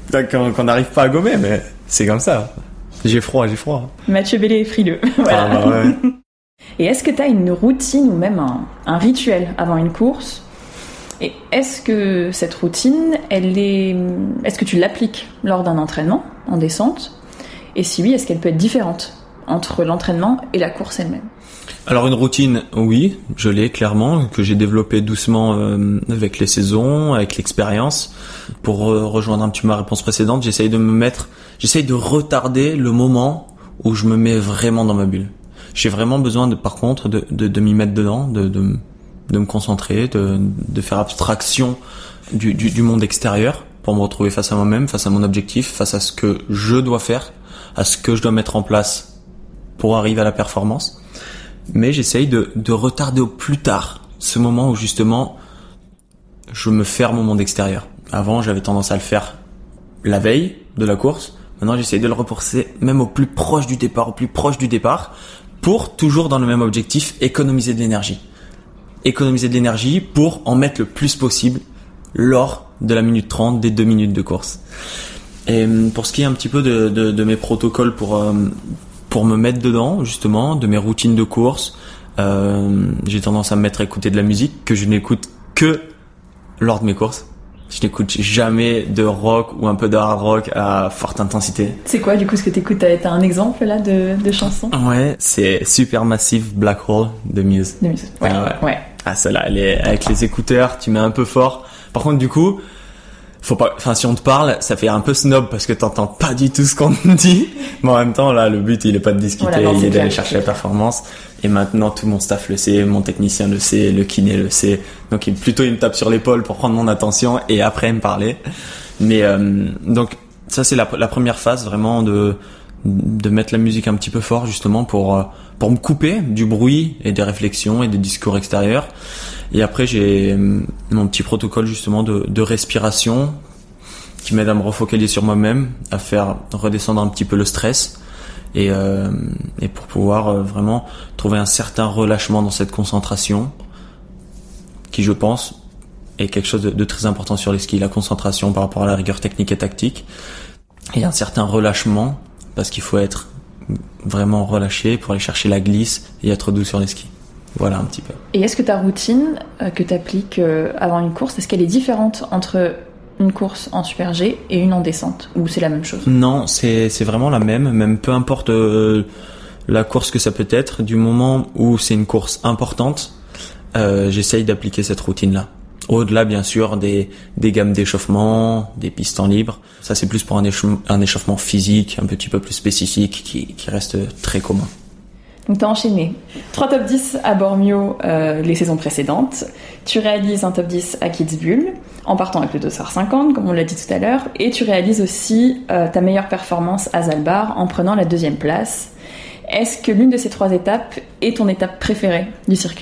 qu'on, qu'on n'arrive pas à gommer, mais c'est comme ça. J'ai froid, j'ai froid. Mathieu Bellé est frileux. Voilà. Ah bah ouais. Et est-ce que tu as une routine ou même un, un rituel avant une course ? Et est-ce que cette routine, elle est, est-ce que tu l'appliques lors d'un entraînement en descente ? Et si oui, est-ce qu'elle peut être différente entre l'entraînement et la course elle-même ? Alors une routine, oui, je l'ai clairement, que j'ai développée doucement euh, avec les saisons, avec l'expérience. Pour euh, rejoindre un petit peu ma réponse précédente, j'essaye de me mettre, j'essaye de retarder le moment où je me mets vraiment dans ma bulle. J'ai vraiment besoin de, par contre, de, de, de m'y mettre dedans, de, de, de me concentrer, de, de faire abstraction du, du, du monde extérieur pour me retrouver face à moi-même, face à mon objectif, face à ce que je dois faire, à ce que je dois mettre en place pour arriver à la performance. Mais j'essaye de, de retarder au plus tard ce moment où justement je me ferme au monde extérieur. Avant, j'avais tendance à le faire la veille de la course. Maintenant, j'essaye de le repousser même au plus proche du départ, au plus proche du départ, pour toujours dans le même objectif, économiser de l'énergie. Économiser de l'énergie pour en mettre le plus possible lors de la minute trente, des deux minutes de course. Et pour ce qui est un petit peu de, de, de mes protocoles pour, euh, pour me mettre dedans, justement, de mes routines de course, euh, j'ai tendance à me mettre à écouter de la musique que je n'écoute que lors de mes courses. Je n'écoute jamais de rock ou un peu de hard rock à forte intensité. C'est quoi du coup ce que t'écoutes ? T'as un exemple là de, de chanson ? Ouais, c'est Supermassive Black Hole de Muse. De Muse, ouais. Ah ouais. ouais. Ah celle-là, elle est avec les écouteurs, tu mets un peu fort. Par contre du coup, faut pas, enfin si on te parle, ça fait un peu snob parce que t'entends pas du tout ce qu'on te dit. Mais en même temps là, le but il est pas de discuter, voilà, non, il est d'aller chercher la performance. Et maintenant tout mon staff le sait, mon technicien le sait, le kiné le sait. Donc il, plutôt il me tape sur l'épaule pour prendre mon attention et après me parler. Mais euh, donc ça c'est la, la première phase vraiment de de mettre la musique un petit peu fort justement pour pour me couper du bruit et des réflexions et des discours extérieurs. Et après j'ai mon petit protocole justement de, de respiration qui m'aide à me refocaliser sur moi-même, à faire redescendre un petit peu le stress et, euh, et pour pouvoir euh, vraiment trouver un certain relâchement dans cette concentration qui je pense est quelque chose de, de très important sur les skis, la concentration par rapport à la rigueur technique et tactique et un certain relâchement parce qu'il faut être vraiment relâché pour aller chercher la glisse et être doux sur les skis. Voilà un petit peu. Et est-ce que ta routine euh, que tu appliques euh, avant une course, est-ce qu'elle est différente entre une course en Super G et une en descente, ou c'est la même chose ? Non, c'est c'est vraiment la même, même peu importe euh, la course que ça peut être, du moment où c'est une course importante, euh, j'essaye d'appliquer cette routine-là. Au-delà, bien sûr, des des gammes d'échauffement, des pistes en libre. Ça, c'est plus pour un, échauff- un échauffement physique, un petit peu plus spécifique, qui qui reste très commun. Donc t'as enchaîné trois top dix à Bormio euh, les saisons précédentes. Tu réalises un top dix à Kitzbühel en partant avec le deux heures cinquante, comme on l'a dit tout à l'heure. Et tu réalises aussi euh, ta meilleure performance à Svalbard en prenant la deuxième place. Est-ce que l'une de ces trois étapes est ton étape préférée du circuit ?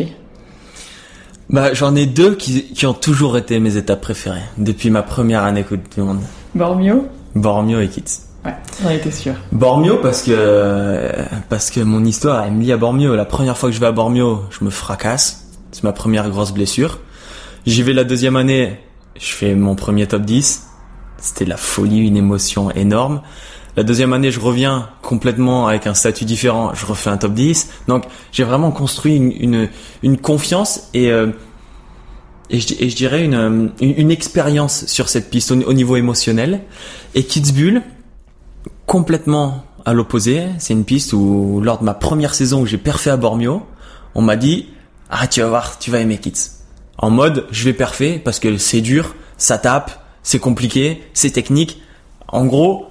Bah, j'en ai deux qui, qui ont toujours été mes étapes préférées depuis ma première année Coupe du Monde. Bormio ? Bormio et Kitz. Ouais, j'en étais sûr. Bormio parce que parce que mon histoire elle me lie à Bormio. La première fois que je vais à Bormio, je me fracasse. C'est ma première grosse blessure. J'y vais la deuxième année, je fais mon premier top dix. C'était la folie, une émotion énorme. La deuxième année, je reviens complètement avec un statut différent. Je refais un top dix. Donc, j'ai vraiment construit une une, une confiance et euh, et je, et je dirais une une, une expérience sur cette piste au, au niveau émotionnel. Et Kitzbühel, complètement à l'opposé, c'est une piste où lors de ma première saison où j'ai perfé à Bormio, on m'a dit « Ah, tu vas voir, tu vas aimer Kitz ». En mode, je vais perfer parce que c'est dur, ça tape, c'est compliqué, c'est technique. En gros,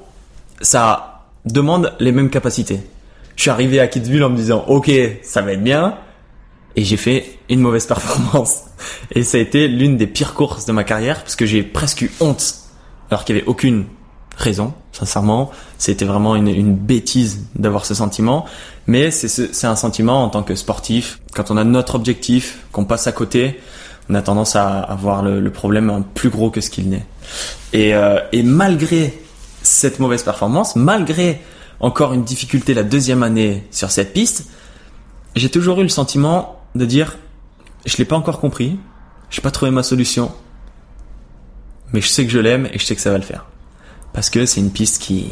ça demande les mêmes capacités. Je suis arrivé à Kitzbühel en me disant « Ok, ça va être bien ». Et j'ai fait une mauvaise performance. Et ça a été l'une des pires courses de ma carrière parce que j'ai presque eu honte alors qu'il n'y avait aucune raison, sincèrement. C'était vraiment une, une bêtise d'avoir ce sentiment. Mais c'est, ce, c'est un sentiment en tant que sportif. Quand on a notre objectif, qu'on passe à côté, on a tendance à avoir le, le problème plus gros que ce qu'il n'est. Et, euh, et malgré cette mauvaise performance, malgré encore une difficulté la deuxième année sur cette piste, j'ai toujours eu le sentiment de dire je l'ai pas encore compris, j'ai pas trouvé ma solution, mais je sais que je l'aime et je sais que ça va le faire. parce que c'est une piste qui,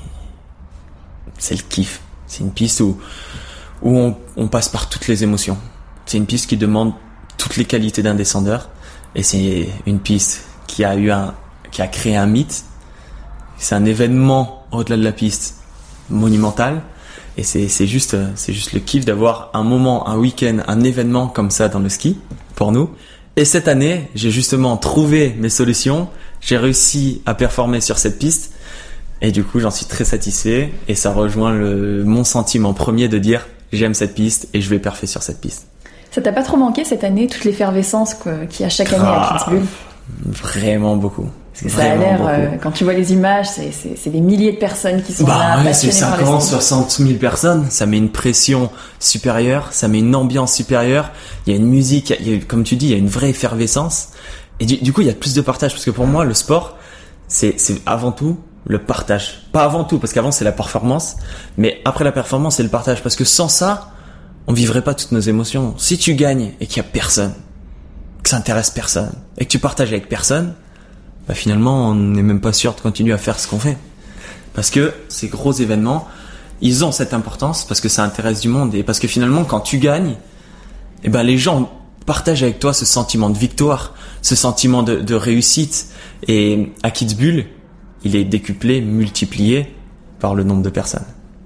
c'est le kiff. C'est une piste où où on, on passe par toutes les émotions. C'est une piste qui demande toutes les qualités d'un descendeur, et c'est une piste qui a eu un, qui a créé un mythe. C'est un événement au-delà de la piste monumental, et c'est c'est juste c'est juste le kiff d'avoir un moment, un week-end, un événement comme ça dans le ski pour nous. Et cette année, j'ai justement trouvé mes solutions. J'ai réussi à performer sur cette piste, et du coup, j'en suis très satisfait. Et ça rejoint le mon sentiment premier de dire j'aime cette piste et je vais perfer sur cette piste. Ça t'a pas trop manqué cette année, toute l'effervescence qu'il y a chaque année ah, à Kitzbühel? Vraiment beaucoup. Parce que ça a l'air, euh, quand tu vois les images, c'est, c'est, c'est des milliers de personnes qui sont bah, là, ouais, passionnées c'est par le cinquante, ski. soixante mille personnes. Ça met une pression supérieure, ça met une ambiance supérieure. Il y a une musique, il y a, comme tu dis, il y a une vraie effervescence. Et du, du coup, il y a plus de partage, parce que pour moi, le sport, c'est, c'est avant tout le partage. Pas avant tout, parce qu'avant c'est la performance, mais après la performance c'est le partage, parce que sans ça, on vivrait pas toutes nos émotions. Si tu gagnes et qu'il y a personne, que ça intéresse personne, et que tu partages avec personne, bah finalement on n'est même pas sûr de continuer à faire ce qu'on fait. Parce que ces gros événements, ils ont cette importance, parce que ça intéresse du monde, et parce que finalement quand tu gagnes, et ben les gens partagent avec toi ce sentiment de victoire, ce sentiment de, de réussite. Et à Kitzbühel, il est décuplé, multiplié par le nombre de personnes.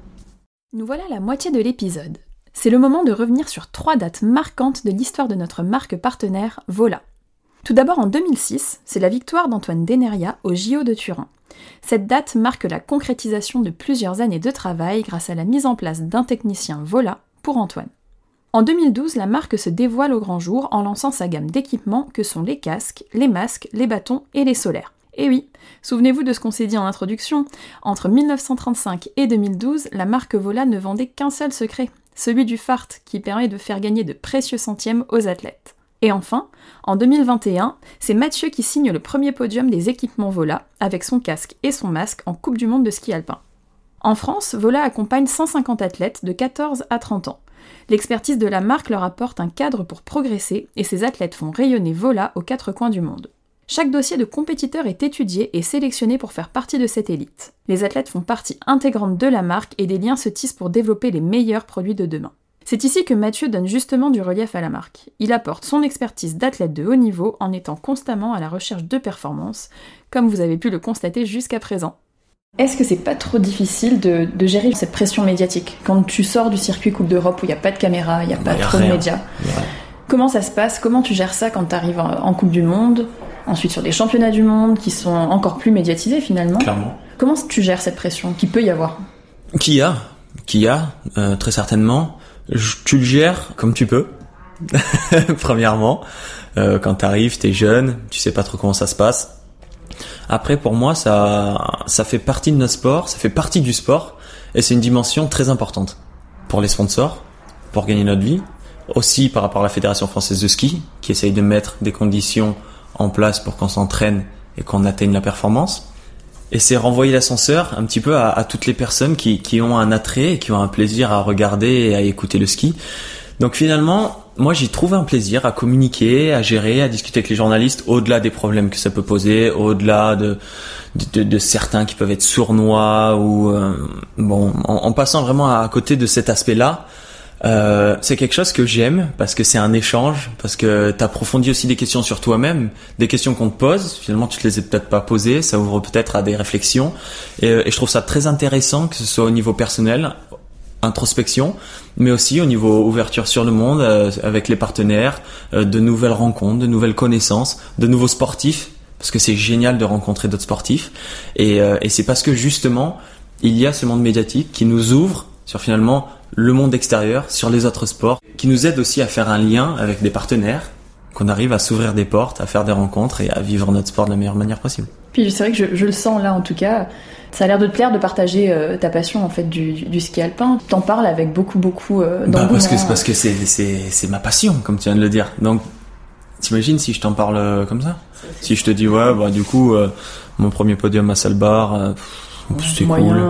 Nous voilà à la moitié de l'épisode. C'est le moment de revenir sur trois dates marquantes de l'histoire de notre marque partenaire Vola. Tout d'abord en deux mille six, c'est la victoire d'Antoine Deneria au J O de Turin. Cette date marque la concrétisation de plusieurs années de travail grâce à la mise en place d'un technicien Vola pour Antoine. En deux mille douze, la marque se dévoile au grand jour en lançant sa gamme d'équipements que sont les casques, les masques, les bâtons et les solaires. Et oui, souvenez-vous de ce qu'on s'est dit en introduction, entre dix-neuf cent trente-cinq et deux mille douze, la marque Vola ne vendait qu'un seul secret, celui du fart qui permet de faire gagner de précieux centièmes aux athlètes. Et enfin, en deux mille vingt et un, c'est Mathieu qui signe le premier podium des équipements Vola, avec son casque et son masque en Coupe du Monde de ski alpin. En France, Vola accompagne cent cinquante athlètes de quatorze à trente ans. L'expertise de la marque leur apporte un cadre pour progresser, et ces athlètes font rayonner Vola aux quatre coins du monde. Chaque dossier de compétiteur est étudié et sélectionné pour faire partie de cette élite. Les athlètes font partie intégrante de la marque et des liens se tissent pour développer les meilleurs produits de demain. C'est ici que Mathieu donne justement du relief à la marque. Il apporte son expertise d'athlète de haut niveau en étant constamment à la recherche de performances, comme vous avez pu le constater jusqu'à présent. Est-ce que c'est pas trop difficile de, de gérer cette pression médiatique quand tu sors du circuit Coupe d'Europe où il n'y a pas de caméra, il n'y a pas y a trop rien. de médias? Ouais. Comment ça se passe? Comment tu gères ça quand tu arrives en Coupe du Monde? Ensuite sur des championnats du monde qui sont encore plus médiatisés finalement. Clairement. Comment tu gères cette pression qu'il peut y avoir? Qui a, qui a, euh, très certainement. Je, tu le gères comme tu peux. Premièrement, euh, quand t'arrives, t'es jeune, tu sais pas trop comment ça se passe. Après, pour moi, ça, ça fait partie de notre sport, ça fait partie du sport, et c'est une dimension très importante pour les sponsors, pour gagner notre vie. Aussi par rapport à la Fédération française de ski, qui essaye de mettre des conditions en place pour qu'on s'entraîne et qu'on atteigne la performance. Et c'est renvoyer l'ascenseur un petit peu à, à toutes les personnes qui, qui ont un attrait et qui ont un plaisir à regarder et à écouter le ski. Donc finalement, moi j'y trouve un plaisir à communiquer, à gérer, à discuter avec les journalistes au-delà des problèmes que ça peut poser, au-delà de, de, de, de certains qui peuvent être sournois ou euh, bon, en, en passant vraiment à côté de cet aspect-là. Euh, c'est quelque chose que j'aime parce que c'est un échange, parce que t'approfondis aussi des questions sur toi-même, des questions qu'on te pose, finalement tu te les as peut-être pas posées, ça ouvre peut-être à des réflexions et, et je trouve ça très intéressant que ce soit au niveau personnel, introspection, mais aussi au niveau ouverture sur le monde, euh, avec les partenaires, euh, de nouvelles rencontres, de nouvelles connaissances, de nouveaux sportifs, parce que c'est génial de rencontrer d'autres sportifs et, euh, et c'est parce que justement il y a ce monde médiatique qui nous ouvre sur finalement le monde extérieur, sur les autres sports, qui nous aide aussi à faire un lien avec des partenaires, qu'on arrive à s'ouvrir des portes, à faire des rencontres et à vivre notre sport de la meilleure manière possible. Puis c'est vrai que je, je le sens là en tout cas, ça a l'air de te plaire de partager euh, ta passion en fait du, du ski alpin. T'en parles avec beaucoup beaucoup euh, d'engouement. Bah parce que, parce que c'est, c'est, c'est ma passion, comme tu viens de le dire. Donc t'imagines si je t'en parle euh, comme ça? Si je te dis ouais, bah du coup, euh, mon premier podium à Salbar... Euh, c'était moyen.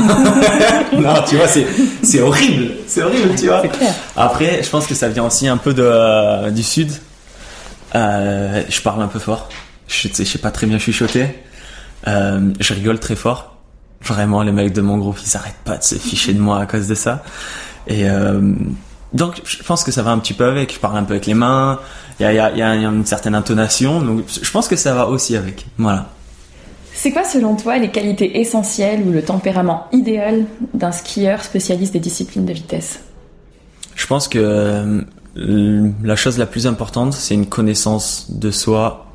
Cool. Non, tu vois, c'est, c'est horrible. C'est horrible, tu vois. C'est clair. Après, je pense que ça vient aussi un peu de, euh, du sud. Euh, je parle un peu fort. Je, je sais pas très bien chuchoter. Euh, je rigole très fort. Vraiment, les mecs de mon groupe, ils s'arrêtent pas de se ficher de moi à cause de ça. Et euh, donc, je pense que ça va un petit peu avec. Je parle un peu avec les mains. Il y a, il y a, il y a une certaine intonation. Donc, je pense que ça va aussi avec. Voilà. C'est quoi, selon toi, les qualités essentielles ou le tempérament idéal d'un skieur spécialiste des disciplines de vitesse ? Je pense que euh, la chose la plus importante, c'est une connaissance de soi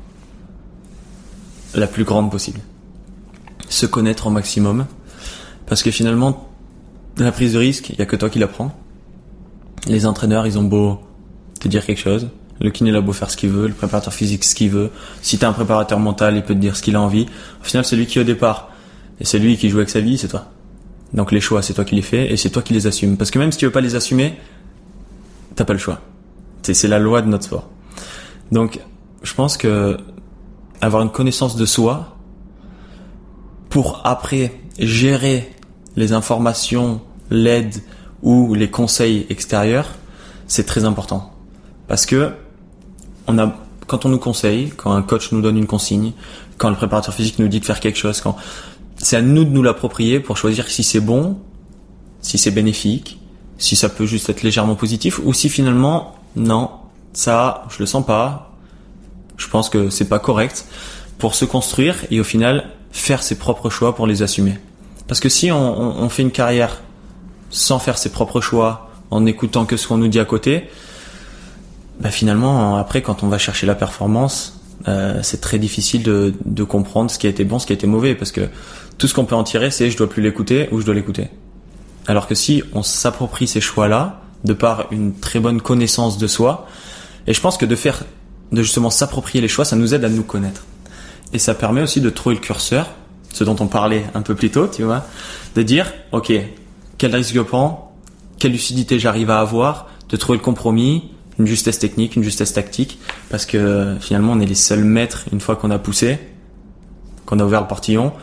la plus grande possible. Se connaître au maximum, parce que finalement la prise de risque, il y a que toi qui la prends. Les entraîneurs, ils ont beau te dire quelque chose, le kiné il a beau faire ce qu'il veut, le préparateur physique ce qu'il veut, si t'as un préparateur mental, il peut te dire ce qu'il a envie. Au final, celui qui au départ et celui qui joue avec sa vie, c'est toi. Donc les choix, c'est toi qui les fais et c'est toi qui les assumes, parce que même si tu veux pas les assumer, t'as pas le choix. C'est, c'est la loi de notre sport. Donc je pense que avoir une connaissance de soi pour après gérer les informations, l'aide ou les conseils extérieurs, c'est très important. Parce que on a, quand on nous conseille, quand un coach nous donne une consigne, quand le préparateur physique nous dit de faire quelque chose, quand c'est à nous de nous l'approprier pour choisir si c'est bon, si c'est bénéfique, si ça peut juste être légèrement positif, ou si finalement, non, ça, je le sens pas, je pense que c'est pas correct, pour se construire et au final faire ses propres choix pour les assumer. Parce que si on, on, on fait une carrière sans faire ses propres choix, en écoutant que ce qu'on nous dit à côté, bah finalement, après, quand on va chercher la performance, euh, c'est très difficile de, de comprendre ce qui a été bon, ce qui a été mauvais, parce que tout ce qu'on peut en tirer, c'est je dois plus l'écouter ou je dois l'écouter. Alors que si on s'approprie ces choix-là, de par une très bonne connaissance de soi, et je pense que de faire, de justement s'approprier les choix, ça nous aide à nous connaître. Et ça permet aussi de trouver le curseur, ce dont on parlait un peu plus tôt, tu vois, de dire, ok, quel risque je prends, quelle lucidité j'arrive à avoir, de trouver le compromis, une justesse technique, une justesse tactique, parce que finalement on est les seuls maîtres une fois qu'on a poussé, qu'on a ouvert le portillon,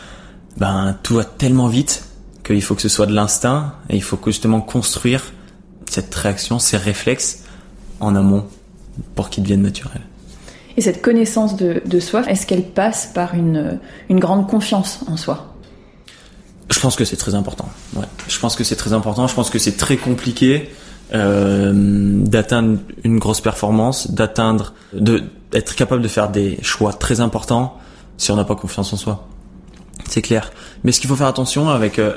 ben tout va tellement vite qu'il faut que ce soit de l'instinct et il faut que justement construire cette réaction, ces réflexes en amont pour qu'ils deviennent naturels. Et cette connaissance de, de soi, est-ce qu'elle passe par une, une grande confiance en soi ? Je pense que c'est très important. Ouais. Je pense que c'est très important. Je pense que c'est très compliqué euh, d'atteindre une grosse performance, d'atteindre, de, d'être capable de faire des choix très importants si on n'a pas confiance en soi. C'est clair. Mais ce qu'il faut faire attention avec euh,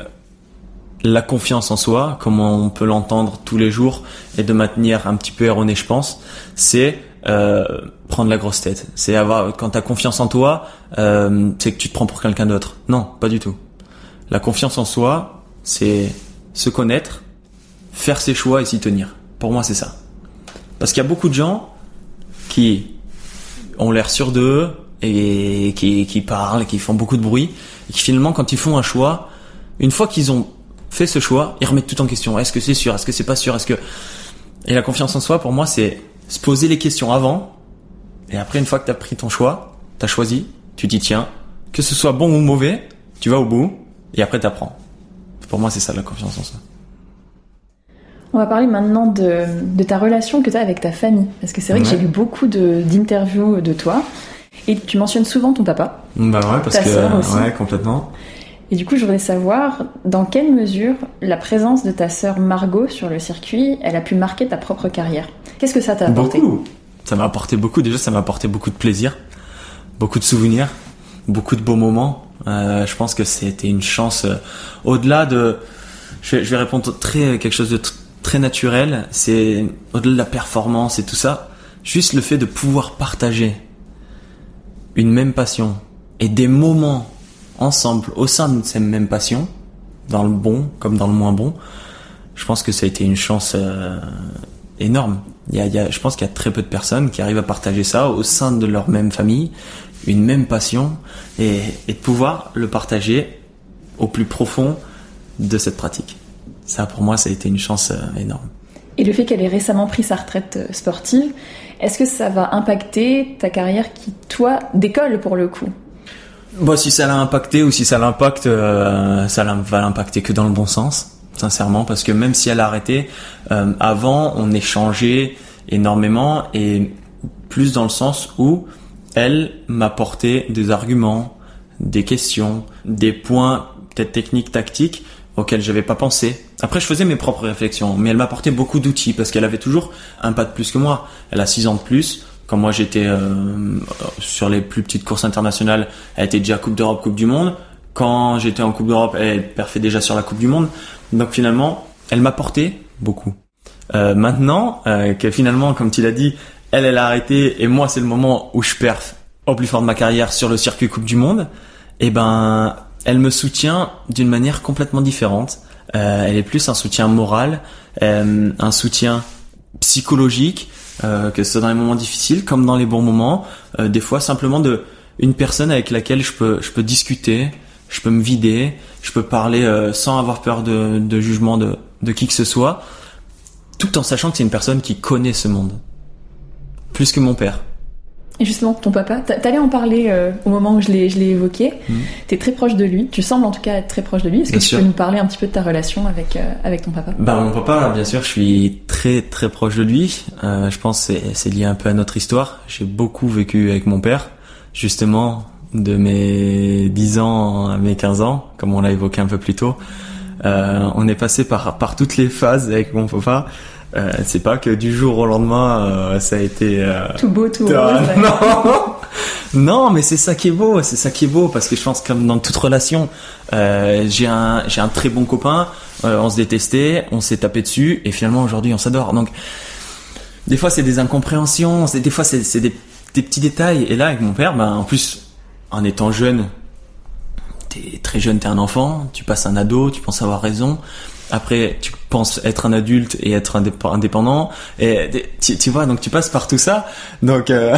la confiance en soi, comme on peut l'entendre tous les jours, et de maintenir un petit peu erroné, je pense, c'est euh, prendre la grosse tête. C'est avoir, quand t'as confiance en toi, euh, c'est que tu te prends pour quelqu'un d'autre. Non, pas du tout. La confiance en soi, c'est se connaître, faire ses choix et s'y tenir. Pour moi, c'est ça. Parce qu'il y a beaucoup de gens qui ont l'air sûrs d'eux et qui, qui parlent, qui font beaucoup de bruit, et qui finalement, quand ils font un choix, une fois qu'ils ont fait ce choix, ils remettent tout en question. Est-ce que c'est sûr? Est-ce que c'est pas sûr? Est-ce que... Et la confiance en soi, pour moi, c'est se poser les questions avant, et après, une fois que t'as pris ton choix, t'as choisi, tu t'y tiens, que ce soit bon ou mauvais, tu vas au bout, et après t'apprends. Pour moi, c'est ça, la confiance en soi. On va parler maintenant de, de ta relation que tu as avec ta famille. Parce que c'est vrai ouais. que j'ai lu beaucoup de, d'interviews de toi. Et tu mentionnes souvent ton papa. Bah ouais, parce ta que... sœur aussi. Ouais, complètement. Et du coup, je voudrais savoir dans quelle mesure la présence de ta sœur Margot sur le circuit, elle a pu marquer ta propre carrière. Qu'est-ce que ça t'a apporté ? Beaucoup. Ça m'a apporté beaucoup. Déjà, ça m'a apporté beaucoup de plaisir, beaucoup de souvenirs, beaucoup de beaux moments. Euh, je pense que c'était une chance. Euh, au-delà de... Je vais, je vais répondre très quelque chose de t- très naturel. C'est au-delà de la performance et tout ça. Juste le fait de pouvoir partager une même passion et des moments ensemble au sein de cette même passion, dans le bon comme dans le moins bon, je pense que ça a été une chance euh, énorme. Il y a, il y a, je pense qu'il y a très peu de personnes qui arrivent à partager ça au sein de leur même famille, une même passion, et, et de pouvoir le partager au plus profond de cette pratique. Ça, pour moi, ça a été une chance euh, énorme. Et le fait qu'elle ait récemment pris sa retraite sportive, est-ce que ça va impacter ta carrière qui, toi, décolle pour le coup ? Bon, si ça l'a impacté ou si ça l'impacte, euh, ça va l'impacter que dans le bon sens, sincèrement, parce que même si elle a arrêté, euh, avant, on échangeait énormément et plus dans le sens où elle m'apportait des arguments, des questions, des points peut-être techniques, tactiques auxquels j'avais pas pensé. Après, je faisais mes propres réflexions, mais elle m'apportait beaucoup d'outils parce qu'elle avait toujours un pas de plus que moi. Elle a six ans de plus. Quand moi j'étais euh, sur les plus petites courses internationales, elle était déjà Coupe d'Europe, Coupe du Monde. Quand j'étais en Coupe d'Europe, elle perfait déjà sur la Coupe du Monde. Donc finalement, elle m'apportait beaucoup. Euh, maintenant euh, que finalement, comme tu l'as dit, elle, elle a arrêté et moi, c'est le moment où je perf au plus fort de ma carrière sur le circuit Coupe du Monde. Et ben, elle me soutient d'une manière complètement différente. Euh, elle est plus un soutien moral, euh, un soutien psychologique, euh, que ce soit dans les moments difficiles comme dans les bons moments. Euh, des fois, simplement de une personne avec laquelle je peux, je peux discuter, je peux me vider, je peux parler euh, sans avoir peur de, de jugement de, de qui que ce soit, tout en sachant que c'est une personne qui connaît ce monde plus que mon père. Et justement, ton papa, t'allais en parler euh, au moment où je l'ai, je l'ai évoqué. Mmh. T'es très proche de lui. Tu sembles en tout cas être très proche de lui. Est-ce que bien tu sûr. peux nous parler un petit peu de ta relation avec euh, avec ton papa ? Bah mon papa, bien sûr, je suis très très proche de lui. Euh, je pense que c'est, c'est lié un peu à notre histoire. J'ai beaucoup vécu avec mon père, justement de mes dix ans à mes quinze ans, comme on l'a évoqué un peu plus tôt. Euh, on est passé par par toutes les phases avec mon papa. Euh, c'est pas que du jour au lendemain euh, ça a été euh... tout beau tout rose. Euh, non, non, mais c'est ça qui est beau, c'est ça qui est beau parce que je pense que comme dans toute relation, euh, j'ai un j'ai un très bon copain, euh, on se détestait, on s'est tapé dessus et finalement aujourd'hui on s'adore. Donc des fois c'est des incompréhensions, c'est, des fois c'est, c'est des, des petits détails. Et là avec mon père, ben en plus en étant jeune, t'es très jeune, t'es un enfant, tu passes un ado, tu penses avoir raison. Après, tu penses être un adulte et être indépendant, et tu, tu vois, donc tu passes par tout ça. Donc, euh,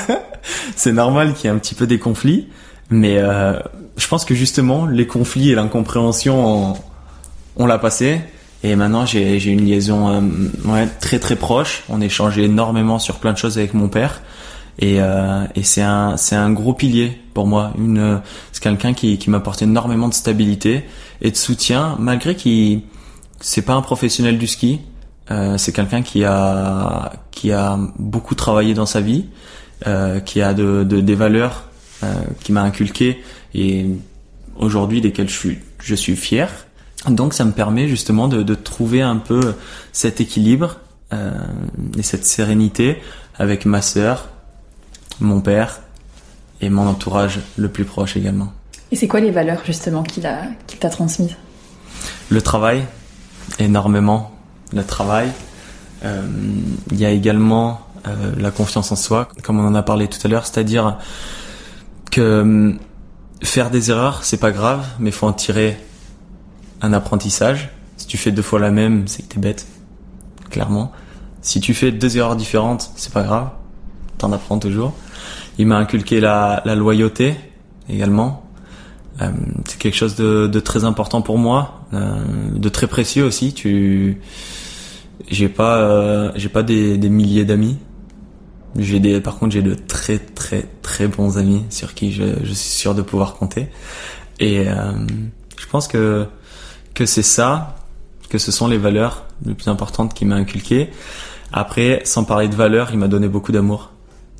c'est normal qu'il y ait un petit peu des conflits, mais euh, je pense que justement, les conflits et l'incompréhension, on, on l'a passé, et maintenant j'ai, j'ai une liaison euh, ouais, très très proche. On échange énormément sur plein de choses avec mon père, et, euh, et c'est un c'est un gros pilier pour moi. Une, c'est quelqu'un qui, qui m'apporte énormément de stabilité et de soutien, malgré qu'il c'est pas un professionnel du ski. Euh, c'est quelqu'un qui a qui a beaucoup travaillé dans sa vie, euh, qui a de, de des valeurs euh, qui m'a inculqué et aujourd'hui desquelles je suis je suis fier. Donc ça me permet justement de, de trouver un peu cet équilibre euh, et cette sérénité avec ma sœur, mon père et mon entourage le plus proche également. Et c'est quoi les valeurs justement qu'il a qu'il t'a transmises ? Le travail, énormément. Le travail. Euh, il y a également euh, la confiance en soi, comme on en a parlé tout à l'heure, c'est-à-dire que euh, faire des erreurs, c'est pas grave, mais faut en tirer un apprentissage. Si tu fais deux fois la même, c'est que t'es bête, clairement. Si tu fais deux erreurs différentes, c'est pas grave, t'en apprends toujours. Il m'a inculqué la, la loyauté également. Euh, c'est quelque chose de, de très important pour moi, euh, de très précieux aussi. Tu, j'ai pas, euh, j'ai pas des, des milliers d'amis. J'ai des, par contre, j'ai de très très très bons amis sur qui je, je suis sûr de pouvoir compter. Et euh, je pense que que c'est ça, que ce sont les valeurs les plus importantes qu'il m'a inculquées. Après, sans parler de valeurs, il m'a donné beaucoup d'amour.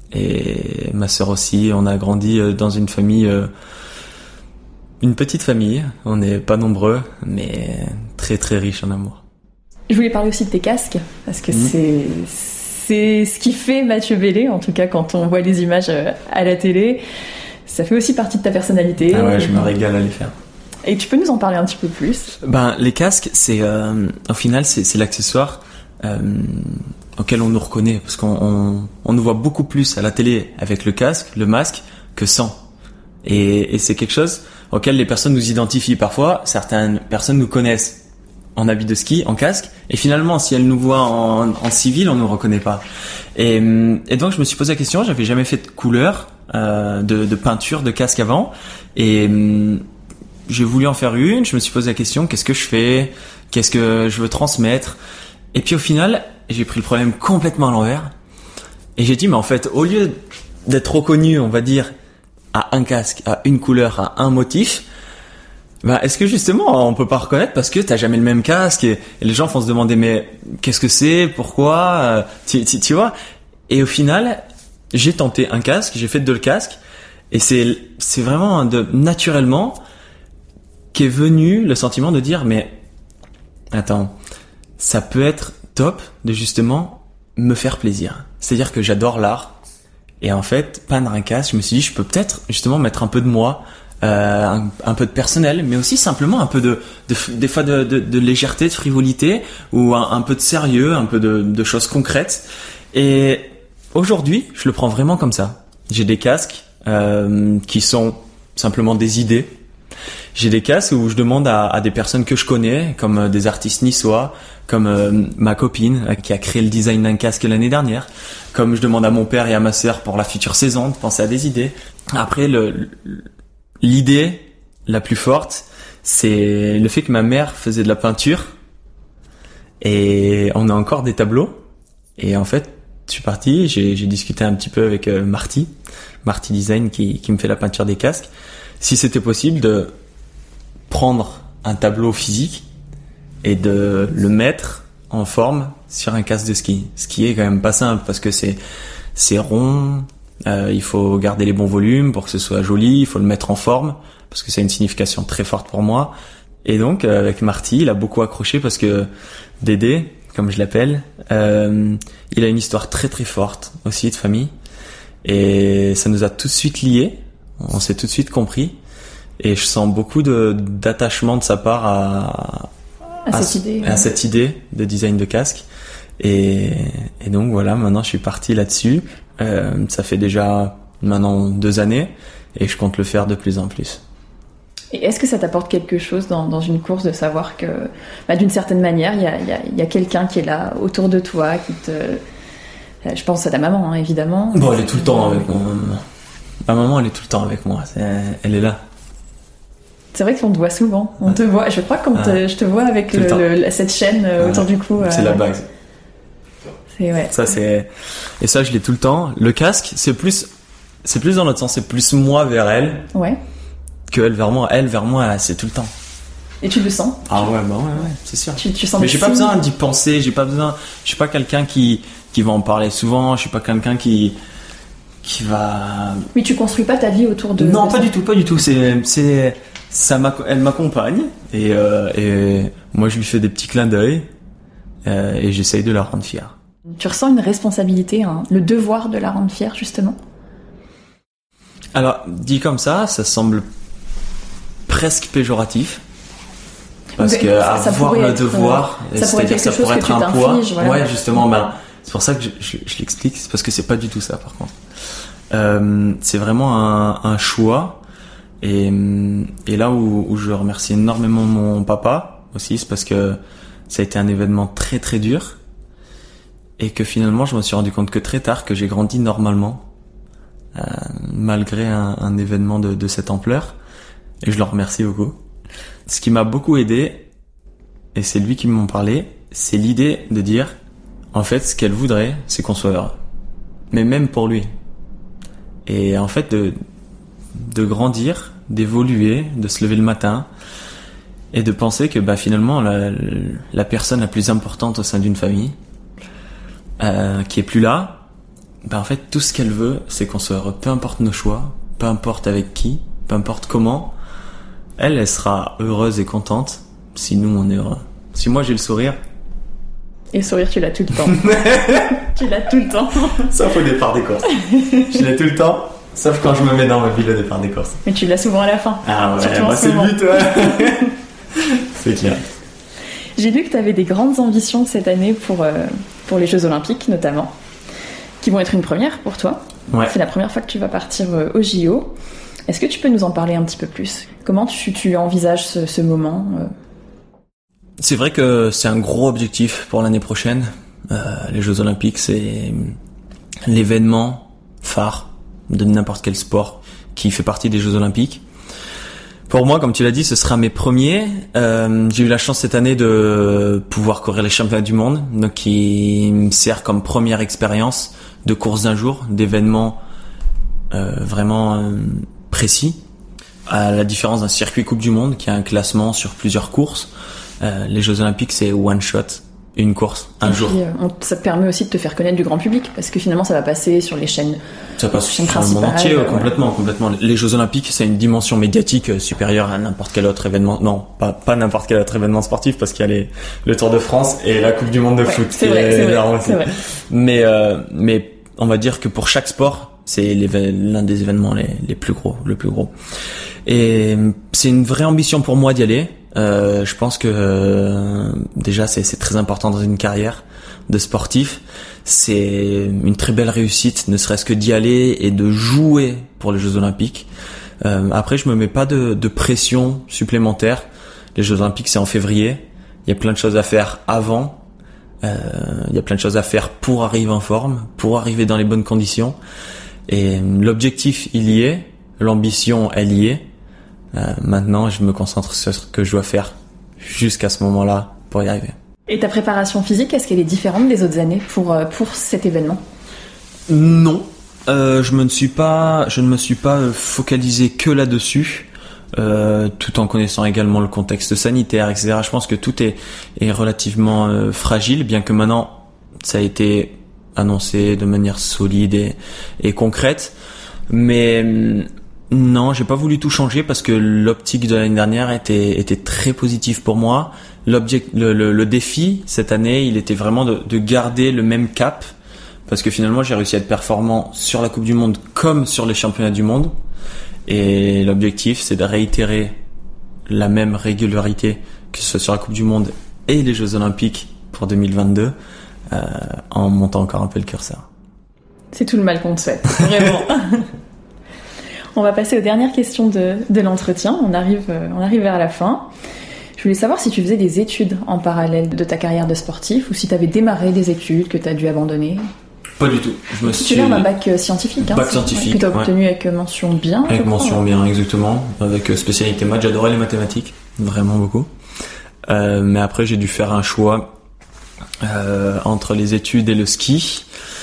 Et ma sœur aussi. On a grandi dans une famille. Euh, Une petite famille, on n'est pas nombreux, mais très très riche en amour. Je voulais parler aussi de tes casques, parce que mmh. c'est, c'est ce qui fait Mathieu Bellé, en tout cas quand on voit les images à la télé. Ça fait aussi partie de ta personnalité. Ah ouais, je me régale à les faire. Et tu peux nous en parler un petit peu plus ? Ben, les casques, c'est, euh, au final, c'est, c'est l'accessoire euh, auquel on nous reconnaît, parce qu'on on, on nous voit beaucoup plus à la télé avec le casque, le masque, que sans. Et, et c'est quelque chose auquel les personnes nous identifient. Parfois, certaines personnes nous connaissent en habit de ski, en casque, et finalement, si elles nous voient en, en civil, on ne nous reconnaît pas. Et, et donc, je me suis posé la question, j'avais jamais fait de couleur, euh, de, de peinture, de casque avant, et j'ai voulu en faire une. Je me suis posé la question, qu'est-ce que je fais ? Qu'est-ce que je veux transmettre ? Et puis au final, j'ai pris le problème complètement à l'envers, et j'ai dit, mais en fait, au lieu d'être reconnu, on va dire, à un casque, à une couleur, à un motif, bah, est-ce que justement on peut pas reconnaître parce que t'as jamais le même casque et, et les gens vont se demander mais qu'est-ce que c'est, pourquoi, euh, tu, tu, tu vois. Et au final, j'ai tenté un casque, j'ai fait deux casques Et c'est, c'est vraiment de, naturellement qu'est venu le sentiment de dire, mais attends, ça peut être top de justement me faire plaisir. C'est-à-dire que j'adore l'art. Et en fait, peindre un casque, je me suis dit, je peux peut-être justement mettre un peu de moi, euh, un, un peu de personnel, mais aussi simplement un peu de, de des fois de, de, de légèreté, de frivolité, ou un, un peu de sérieux, un peu de, de choses concrètes. Et aujourd'hui, je le prends vraiment comme ça. J'ai des casques euh, qui sont simplement des idées. J'ai des casques où je demande à, à des personnes que je connais, comme euh, des artistes niçois, comme euh, ma copine euh, qui a créé le design d'un casque l'année dernière, comme je demande à mon père et à ma sœur pour la future saison de penser à des idées. Après, le, l'idée la plus forte, c'est le fait que ma mère faisait de la peinture et on a encore des tableaux. Et en fait, je suis parti, j'ai, j'ai discuté un petit peu avec euh, Marty, Marty Design qui, qui me fait la peinture des casques, si c'était possible de prendre un tableau physique et de le mettre en forme sur un casque de ski. Ce qui est quand même pas simple parce que c'est, c'est rond, euh, il faut garder les bons volumes pour que ce soit joli, il faut le mettre en forme parce que c'est une signification très forte pour moi. Et donc, euh, avec Marty, il a beaucoup accroché parce que Dédé, comme je l'appelle, euh, il a une histoire très très forte aussi de famille et ça nous a tout de suite liés, on s'est tout de suite compris et je sens beaucoup de, d'attachement de sa part à, à, à, cette, idée, à ouais. cette idée de design de casque et, et donc voilà, maintenant je suis parti là-dessus, euh, ça fait déjà maintenant deux années et je compte le faire de plus en plus. Et est-ce que ça t'apporte quelque chose dans, dans une course de savoir que, bah, d'une certaine manière, il y a, y a, y a quelqu'un qui est là autour de toi, qui te... Je pense à ta maman, hein, évidemment. Bon, elle est tout le temps avec moi. Ma maman, elle est tout le temps avec moi. C'est... Elle est là. C'est vrai qu'on te voit souvent. On te voit. Je crois que quand ah, te, je te vois avec le, le, cette chaîne ouais. autour du cou. C'est euh, la base. C'est ouais. Ça c'est. Et ça, je l'ai tout le temps. Le casque, c'est plus, c'est plus dans l'autre sens. C'est plus moi vers elle. Ouais. Que elle vers moi. Elle vers moi, c'est tout le temps. Et tu le sens? Ah ouais, bah ouais, ouais, c'est sûr. Tu, tu sens. Mais j'ai pas besoin d'y penser. J'ai pas besoin. Je suis pas quelqu'un qui qui va en parler souvent. Je suis pas quelqu'un qui qui va. Mais tu construis pas ta vie autour de. Non, de pas ça. du tout, pas du tout. C'est c'est ça m'a, elle m'accompagne et euh, et moi je lui fais des petits clins d'œil euh, et j'essaye de la rendre fière. Tu ressens une responsabilité, hein, le devoir de la rendre fière justement? Alors dit comme ça, ça semble presque péjoratif. Parce okay, que ça, ça avoir le être, devoir, ça c'est-à-dire que ça pourrait être un poids. Voilà. Ouais, justement, bah, c'est pour ça que je, je, je l'explique, c'est parce que c'est pas du tout ça, par contre. Euh, c'est vraiment un, un choix. Et, et là où, où je remercie énormément mon papa aussi, c'est parce que ça a été un événement très très dur et que finalement je me suis rendu compte que très tard que j'ai grandi normalement euh, malgré un, un événement de, de cette ampleur et je le remercie beaucoup. Ce qui m'a beaucoup aidé, et c'est lui qui m'en parlait, c'est l'idée de dire en fait ce qu'elle voudrait c'est qu'on soit heureux, mais même pour lui. Et en fait de de grandir, d'évoluer, de se lever le matin et de penser que bah finalement la, la personne la plus importante au sein d'une famille euh, qui est plus là, bah en fait tout ce qu'elle veut c'est qu'on soit heureux, peu importe nos choix, peu importe avec qui, peu importe comment, elle elle sera heureuse et contente si nous on est heureux. Si moi j'ai le sourire, et le sourire tu l'as tout le temps. Tu l'as tout le temps. Sauf au départ des courses. Je l'ai tout le temps. Sauf quand je me mets dans ma ville au départ des courses. Mais tu l'as souvent à la fin. Ah ouais, bah c'est le but, ouais. C'est clair. J'ai lu que tu avais des grandes ambitions cette année pour, euh, pour les Jeux Olympiques, notamment, qui vont être une première pour toi. Ouais. C'est la première fois que tu vas partir euh, au J O. Est-ce que tu peux nous en parler un petit peu plus? Comment tu, tu envisages ce, ce moment euh... C'est vrai que c'est un gros objectif pour l'année prochaine. Euh, les Jeux Olympiques, c'est l'événement phare de n'importe quel sport qui fait partie des Jeux Olympiques. Pour moi, comme tu l'as dit, ce sera mes premiers. Euh, j'ai eu la chance cette année de pouvoir courir les championnats du monde, donc qui me sert comme première expérience de course d'un jour, d'événements euh, vraiment euh, précis. À la différence d'un circuit Coupe du Monde qui a un classement sur plusieurs courses, euh, les Jeux Olympiques c'est one shot une course, un et jour. Puis, on, ça te permet aussi de te faire connaître du grand public, parce que finalement ça va passer sur les chaînes. Ça passe sur le monde entier, euh, complètement, complètement. Les Jeux Olympiques, c'est une dimension médiatique supérieure à n'importe quel autre événement. Non, pas pas n'importe quel autre événement sportif, parce qu'il y a les, le Tour de France et la Coupe du Monde de ouais, foot. C'est vrai, c'est vrai, c'est vrai. Mais euh, mais on va dire que pour chaque sport, c'est l'un des événements les, les plus gros, le plus gros. Et c'est une vraie ambition pour moi d'y aller. Euh, je pense que euh, déjà c'est, c'est très important dans une carrière de sportif. C'est une très belle réussite, ne serait-ce que d'y aller et de jouer pour les Jeux Olympiques. Euh, après, je me mets pas de, de pression supplémentaire. Les Jeux Olympiques, c'est en février. Il y a plein de choses à faire avant. Euh, il y a plein de choses à faire pour arriver en forme, pour arriver dans les bonnes conditions. Et l'objectif, il y est. L'ambition, elle y est. Euh, maintenant, je me concentre sur ce que je dois faire jusqu'à ce moment-là pour y arriver. Et ta préparation physique, est-ce qu'elle est différente des autres années pour pour cet événement ? Non, euh, je me ne suis pas, je ne me suis pas focalisé que là-dessus, euh, tout en connaissant également le contexte sanitaire, et cetera. Je pense que tout est est relativement euh, fragile, bien que maintenant ça a été annoncé de manière solide et, et concrète, mais non, j'ai pas voulu tout changer parce que l'optique de l'année dernière était était très positive pour moi. L'object, le, le, le défi cette année, il était vraiment de, de garder le même cap parce que finalement j'ai réussi à être performant sur la Coupe du Monde comme sur les championnats du monde. Et l'objectif, c'est de réitérer la même régularité que ce soit sur la Coupe du Monde et les Jeux Olympiques pour deux mille vingt-deux, euh, en montant encore un peu le curseur. C'est tout le mal qu'on te souhaite, vraiment. On va passer aux dernières questions de, de l'entretien. On arrive, euh, on arrive vers la fin. Je voulais savoir si tu faisais des études en parallèle de ta carrière de sportif ou si tu avais démarré des études que tu as dû abandonner. Pas du tout. Je me suis... Tu as un bac scientifique. Hein, bac scientifique. Que tu as obtenu ouais. avec mention bien. Avec mention bien, exactement. Avec spécialité maths. J'adorais les mathématiques. Vraiment beaucoup. Euh, mais après, j'ai dû faire un choix euh, entre les études et le ski.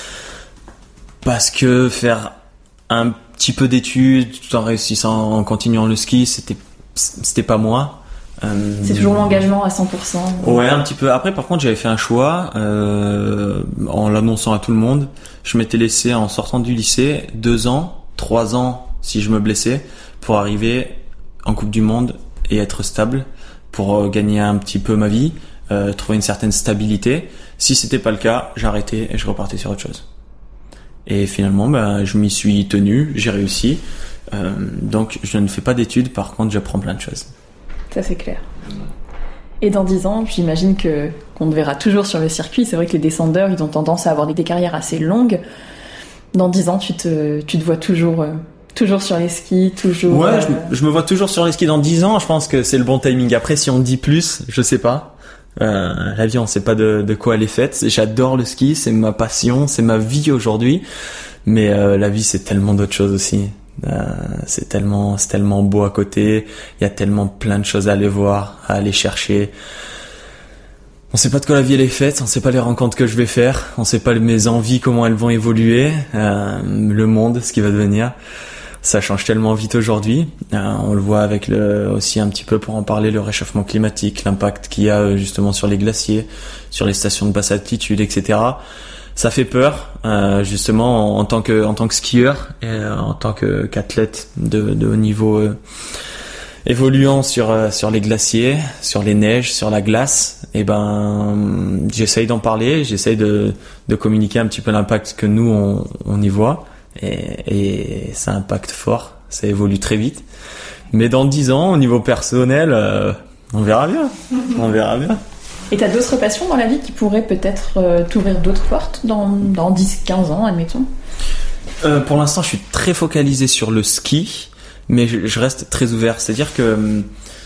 Parce que faire un petit peu d'études tout en réussissant, en continuant le ski, c'était, c'était pas moi. Euh, c'est toujours l'engagement à cent pour cent. Ouais, un petit peu. Après, par contre, j'avais fait un choix euh, en l'annonçant à tout le monde. Je m'étais laissé, en sortant du lycée, deux ans, trois ans si je me blessais, pour arriver en Coupe du Monde et être stable, pour gagner un petit peu ma vie, euh, trouver une certaine stabilité. Si c'était pas le cas, j'arrêtais et je repartais sur autre chose. Et finalement, ben, je m'y suis tenu, j'ai réussi. Euh, donc, je ne fais pas d'études. Par contre, j'apprends plein de choses. Ça, c'est clair. Et dans dix ans, j'imagine que, qu'on te verra toujours sur le circuit. C'est vrai que les descendeurs, ils ont tendance à avoir des, des carrières assez longues. Dans dix ans, tu te, tu te vois toujours, euh, toujours sur les skis, toujours... Ouais, euh... je, je me vois toujours sur les skis dans dix ans. Je pense que c'est le bon timing. Après, si on dit plus, je sais pas. Euh, la vie, on sait pas de, de quoi elle est faite. J'adore le ski, c'est ma passion, c'est ma vie aujourd'hui. Mais euh, la vie, c'est tellement d'autres choses aussi. Euh, c'est tellement, c'est tellement beau à côté. Il y a tellement plein de choses à aller voir, à aller chercher. On sait pas de quoi la vie elle est faite. On sait pas les rencontres que je vais faire. On sait pas mes envies, comment elles vont évoluer. Euh, le monde, ce qui va devenir. Ça change tellement vite aujourd'hui. Euh, on le voit avec le, aussi un petit peu pour en parler, le réchauffement climatique, l'impact qu'il y a justement sur les glaciers, sur les stations de basse altitude, et cetera. Ça fait peur, euh, justement en, en tant que en tant que skieur et euh, en tant que qu'athlète de, de haut niveau, euh, évoluant sur euh, sur les glaciers, sur les neiges, sur la glace. Et ben, j'essaye d'en parler, j'essaye de de communiquer un petit peu l'impact que nous on, on y voit. Et, et ça impacte fort, ça évolue très vite. Mais dans dix ans, au niveau personnel, euh, on verra bien. On verra bien. Et t'as d'autres passions dans la vie qui pourraient peut-être euh, t'ouvrir d'autres portes dans, dans dix à quinze ans, admettons ? euh, Pour l'instant, je suis très focalisé sur le ski, mais je, je reste très ouvert. C'est-à-dire que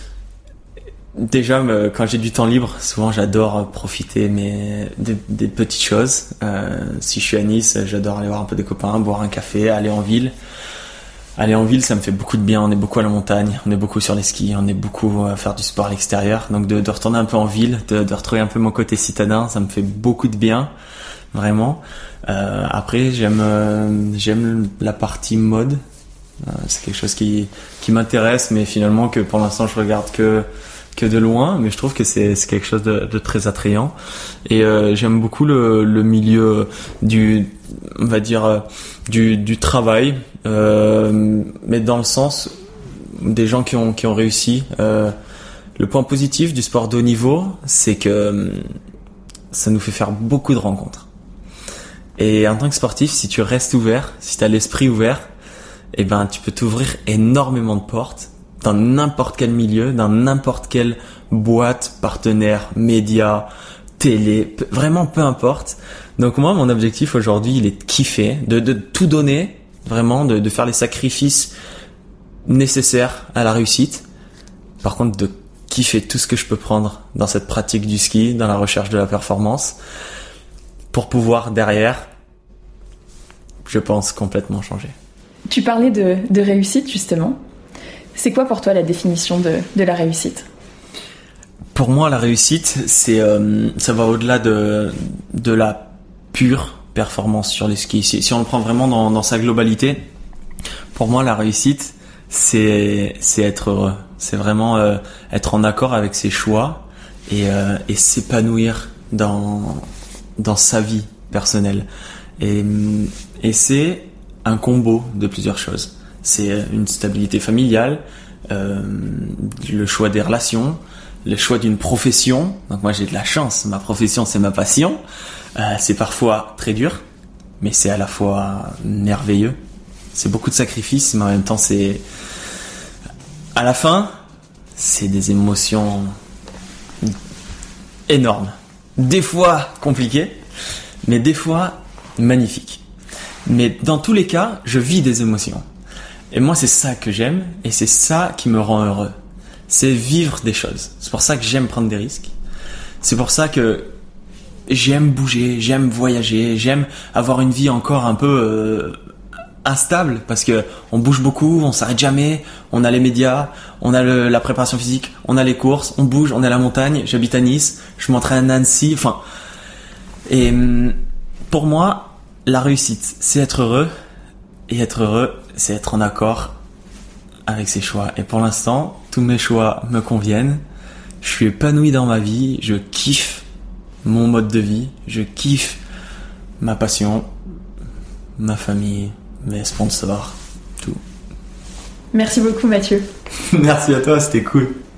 déjà, quand j'ai du temps libre, souvent j'adore profiter mais des, des petites choses. Euh, si je suis à Nice, j'adore aller voir un peu des copains, boire un café, aller en ville. Aller en ville, ça me fait beaucoup de bien. On est beaucoup à la montagne, on est beaucoup sur les skis, on est beaucoup à faire du sport à l'extérieur. Donc de, de retourner un peu en ville, de, de retrouver un peu mon côté citadin, ça me fait beaucoup de bien, vraiment. Euh, après, j'aime euh, j'aime la partie mode. Euh, c'est quelque chose qui qui m'intéresse, mais finalement que pour l'instant je regarde que que de loin, mais je trouve que c'est, c'est quelque chose de, de très attrayant. Et euh, j'aime beaucoup le, le milieu du, on va dire, euh, du, du travail, euh, mais dans le sens des gens qui ont, qui ont réussi. Euh, le point positif du sport de haut niveau, c'est que ça nous fait faire beaucoup de rencontres. Et en tant que sportif, si tu restes ouvert, si tu as l'esprit ouvert, eh ben, tu peux t'ouvrir énormément de portes dans n'importe quel milieu, dans n'importe quelle boîte, partenaire, média, télé, peu, vraiment peu importe. Donc moi, mon objectif aujourd'hui, il est de kiffer, de, de tout donner, vraiment, de, de faire les sacrifices nécessaires à la réussite. Par contre, de kiffer tout ce que je peux prendre dans cette pratique du ski, dans la recherche de la performance, pour pouvoir derrière, je pense, complètement changer. Tu parlais de, de réussite justement. C'est quoi pour toi la définition de, de la réussite ? Pour moi, la réussite, c'est, euh, ça va au-delà de, de la pure performance sur les skis. Si, si on le prend vraiment dans, dans sa globalité, pour moi, la réussite, c'est, c'est être heureux. C'est vraiment euh, être en accord avec ses choix et, euh, et s'épanouir dans, dans sa vie personnelle. Et, et c'est un combo de plusieurs choses. C'est une stabilité familiale, euh, le choix des relations, le choix d'une profession. Donc moi j'ai de la chance, ma profession c'est ma passion. Euh, c'est parfois très dur, mais c'est à la fois merveilleux. C'est beaucoup de sacrifices, mais en même temps c'est... À la fin, c'est des émotions énormes. Des fois compliquées, mais des fois magnifiques. Mais dans tous les cas, je vis des émotions. Et moi, c'est ça que j'aime et c'est ça qui me rend heureux. C'est vivre des choses. C'est pour ça que j'aime prendre des risques. C'est pour ça que j'aime bouger, j'aime voyager, j'aime avoir une vie encore un peu euh, instable parce que on bouge beaucoup, on s'arrête jamais, on a les médias, on a le, la préparation physique, on a les courses, on bouge, on est à la montagne, j'habite à Nice, je m'entraîne à Annecy, enfin. Et pour moi, la réussite, c'est être heureux. Et être heureux, c'est être en accord avec ses choix. Et pour l'instant, tous mes choix me conviennent. Je suis épanoui dans ma vie. Je kiffe mon mode de vie. Je kiffe ma passion, ma famille, mes sponsors, tout. Merci beaucoup Mathieu. Merci à toi, c'était cool.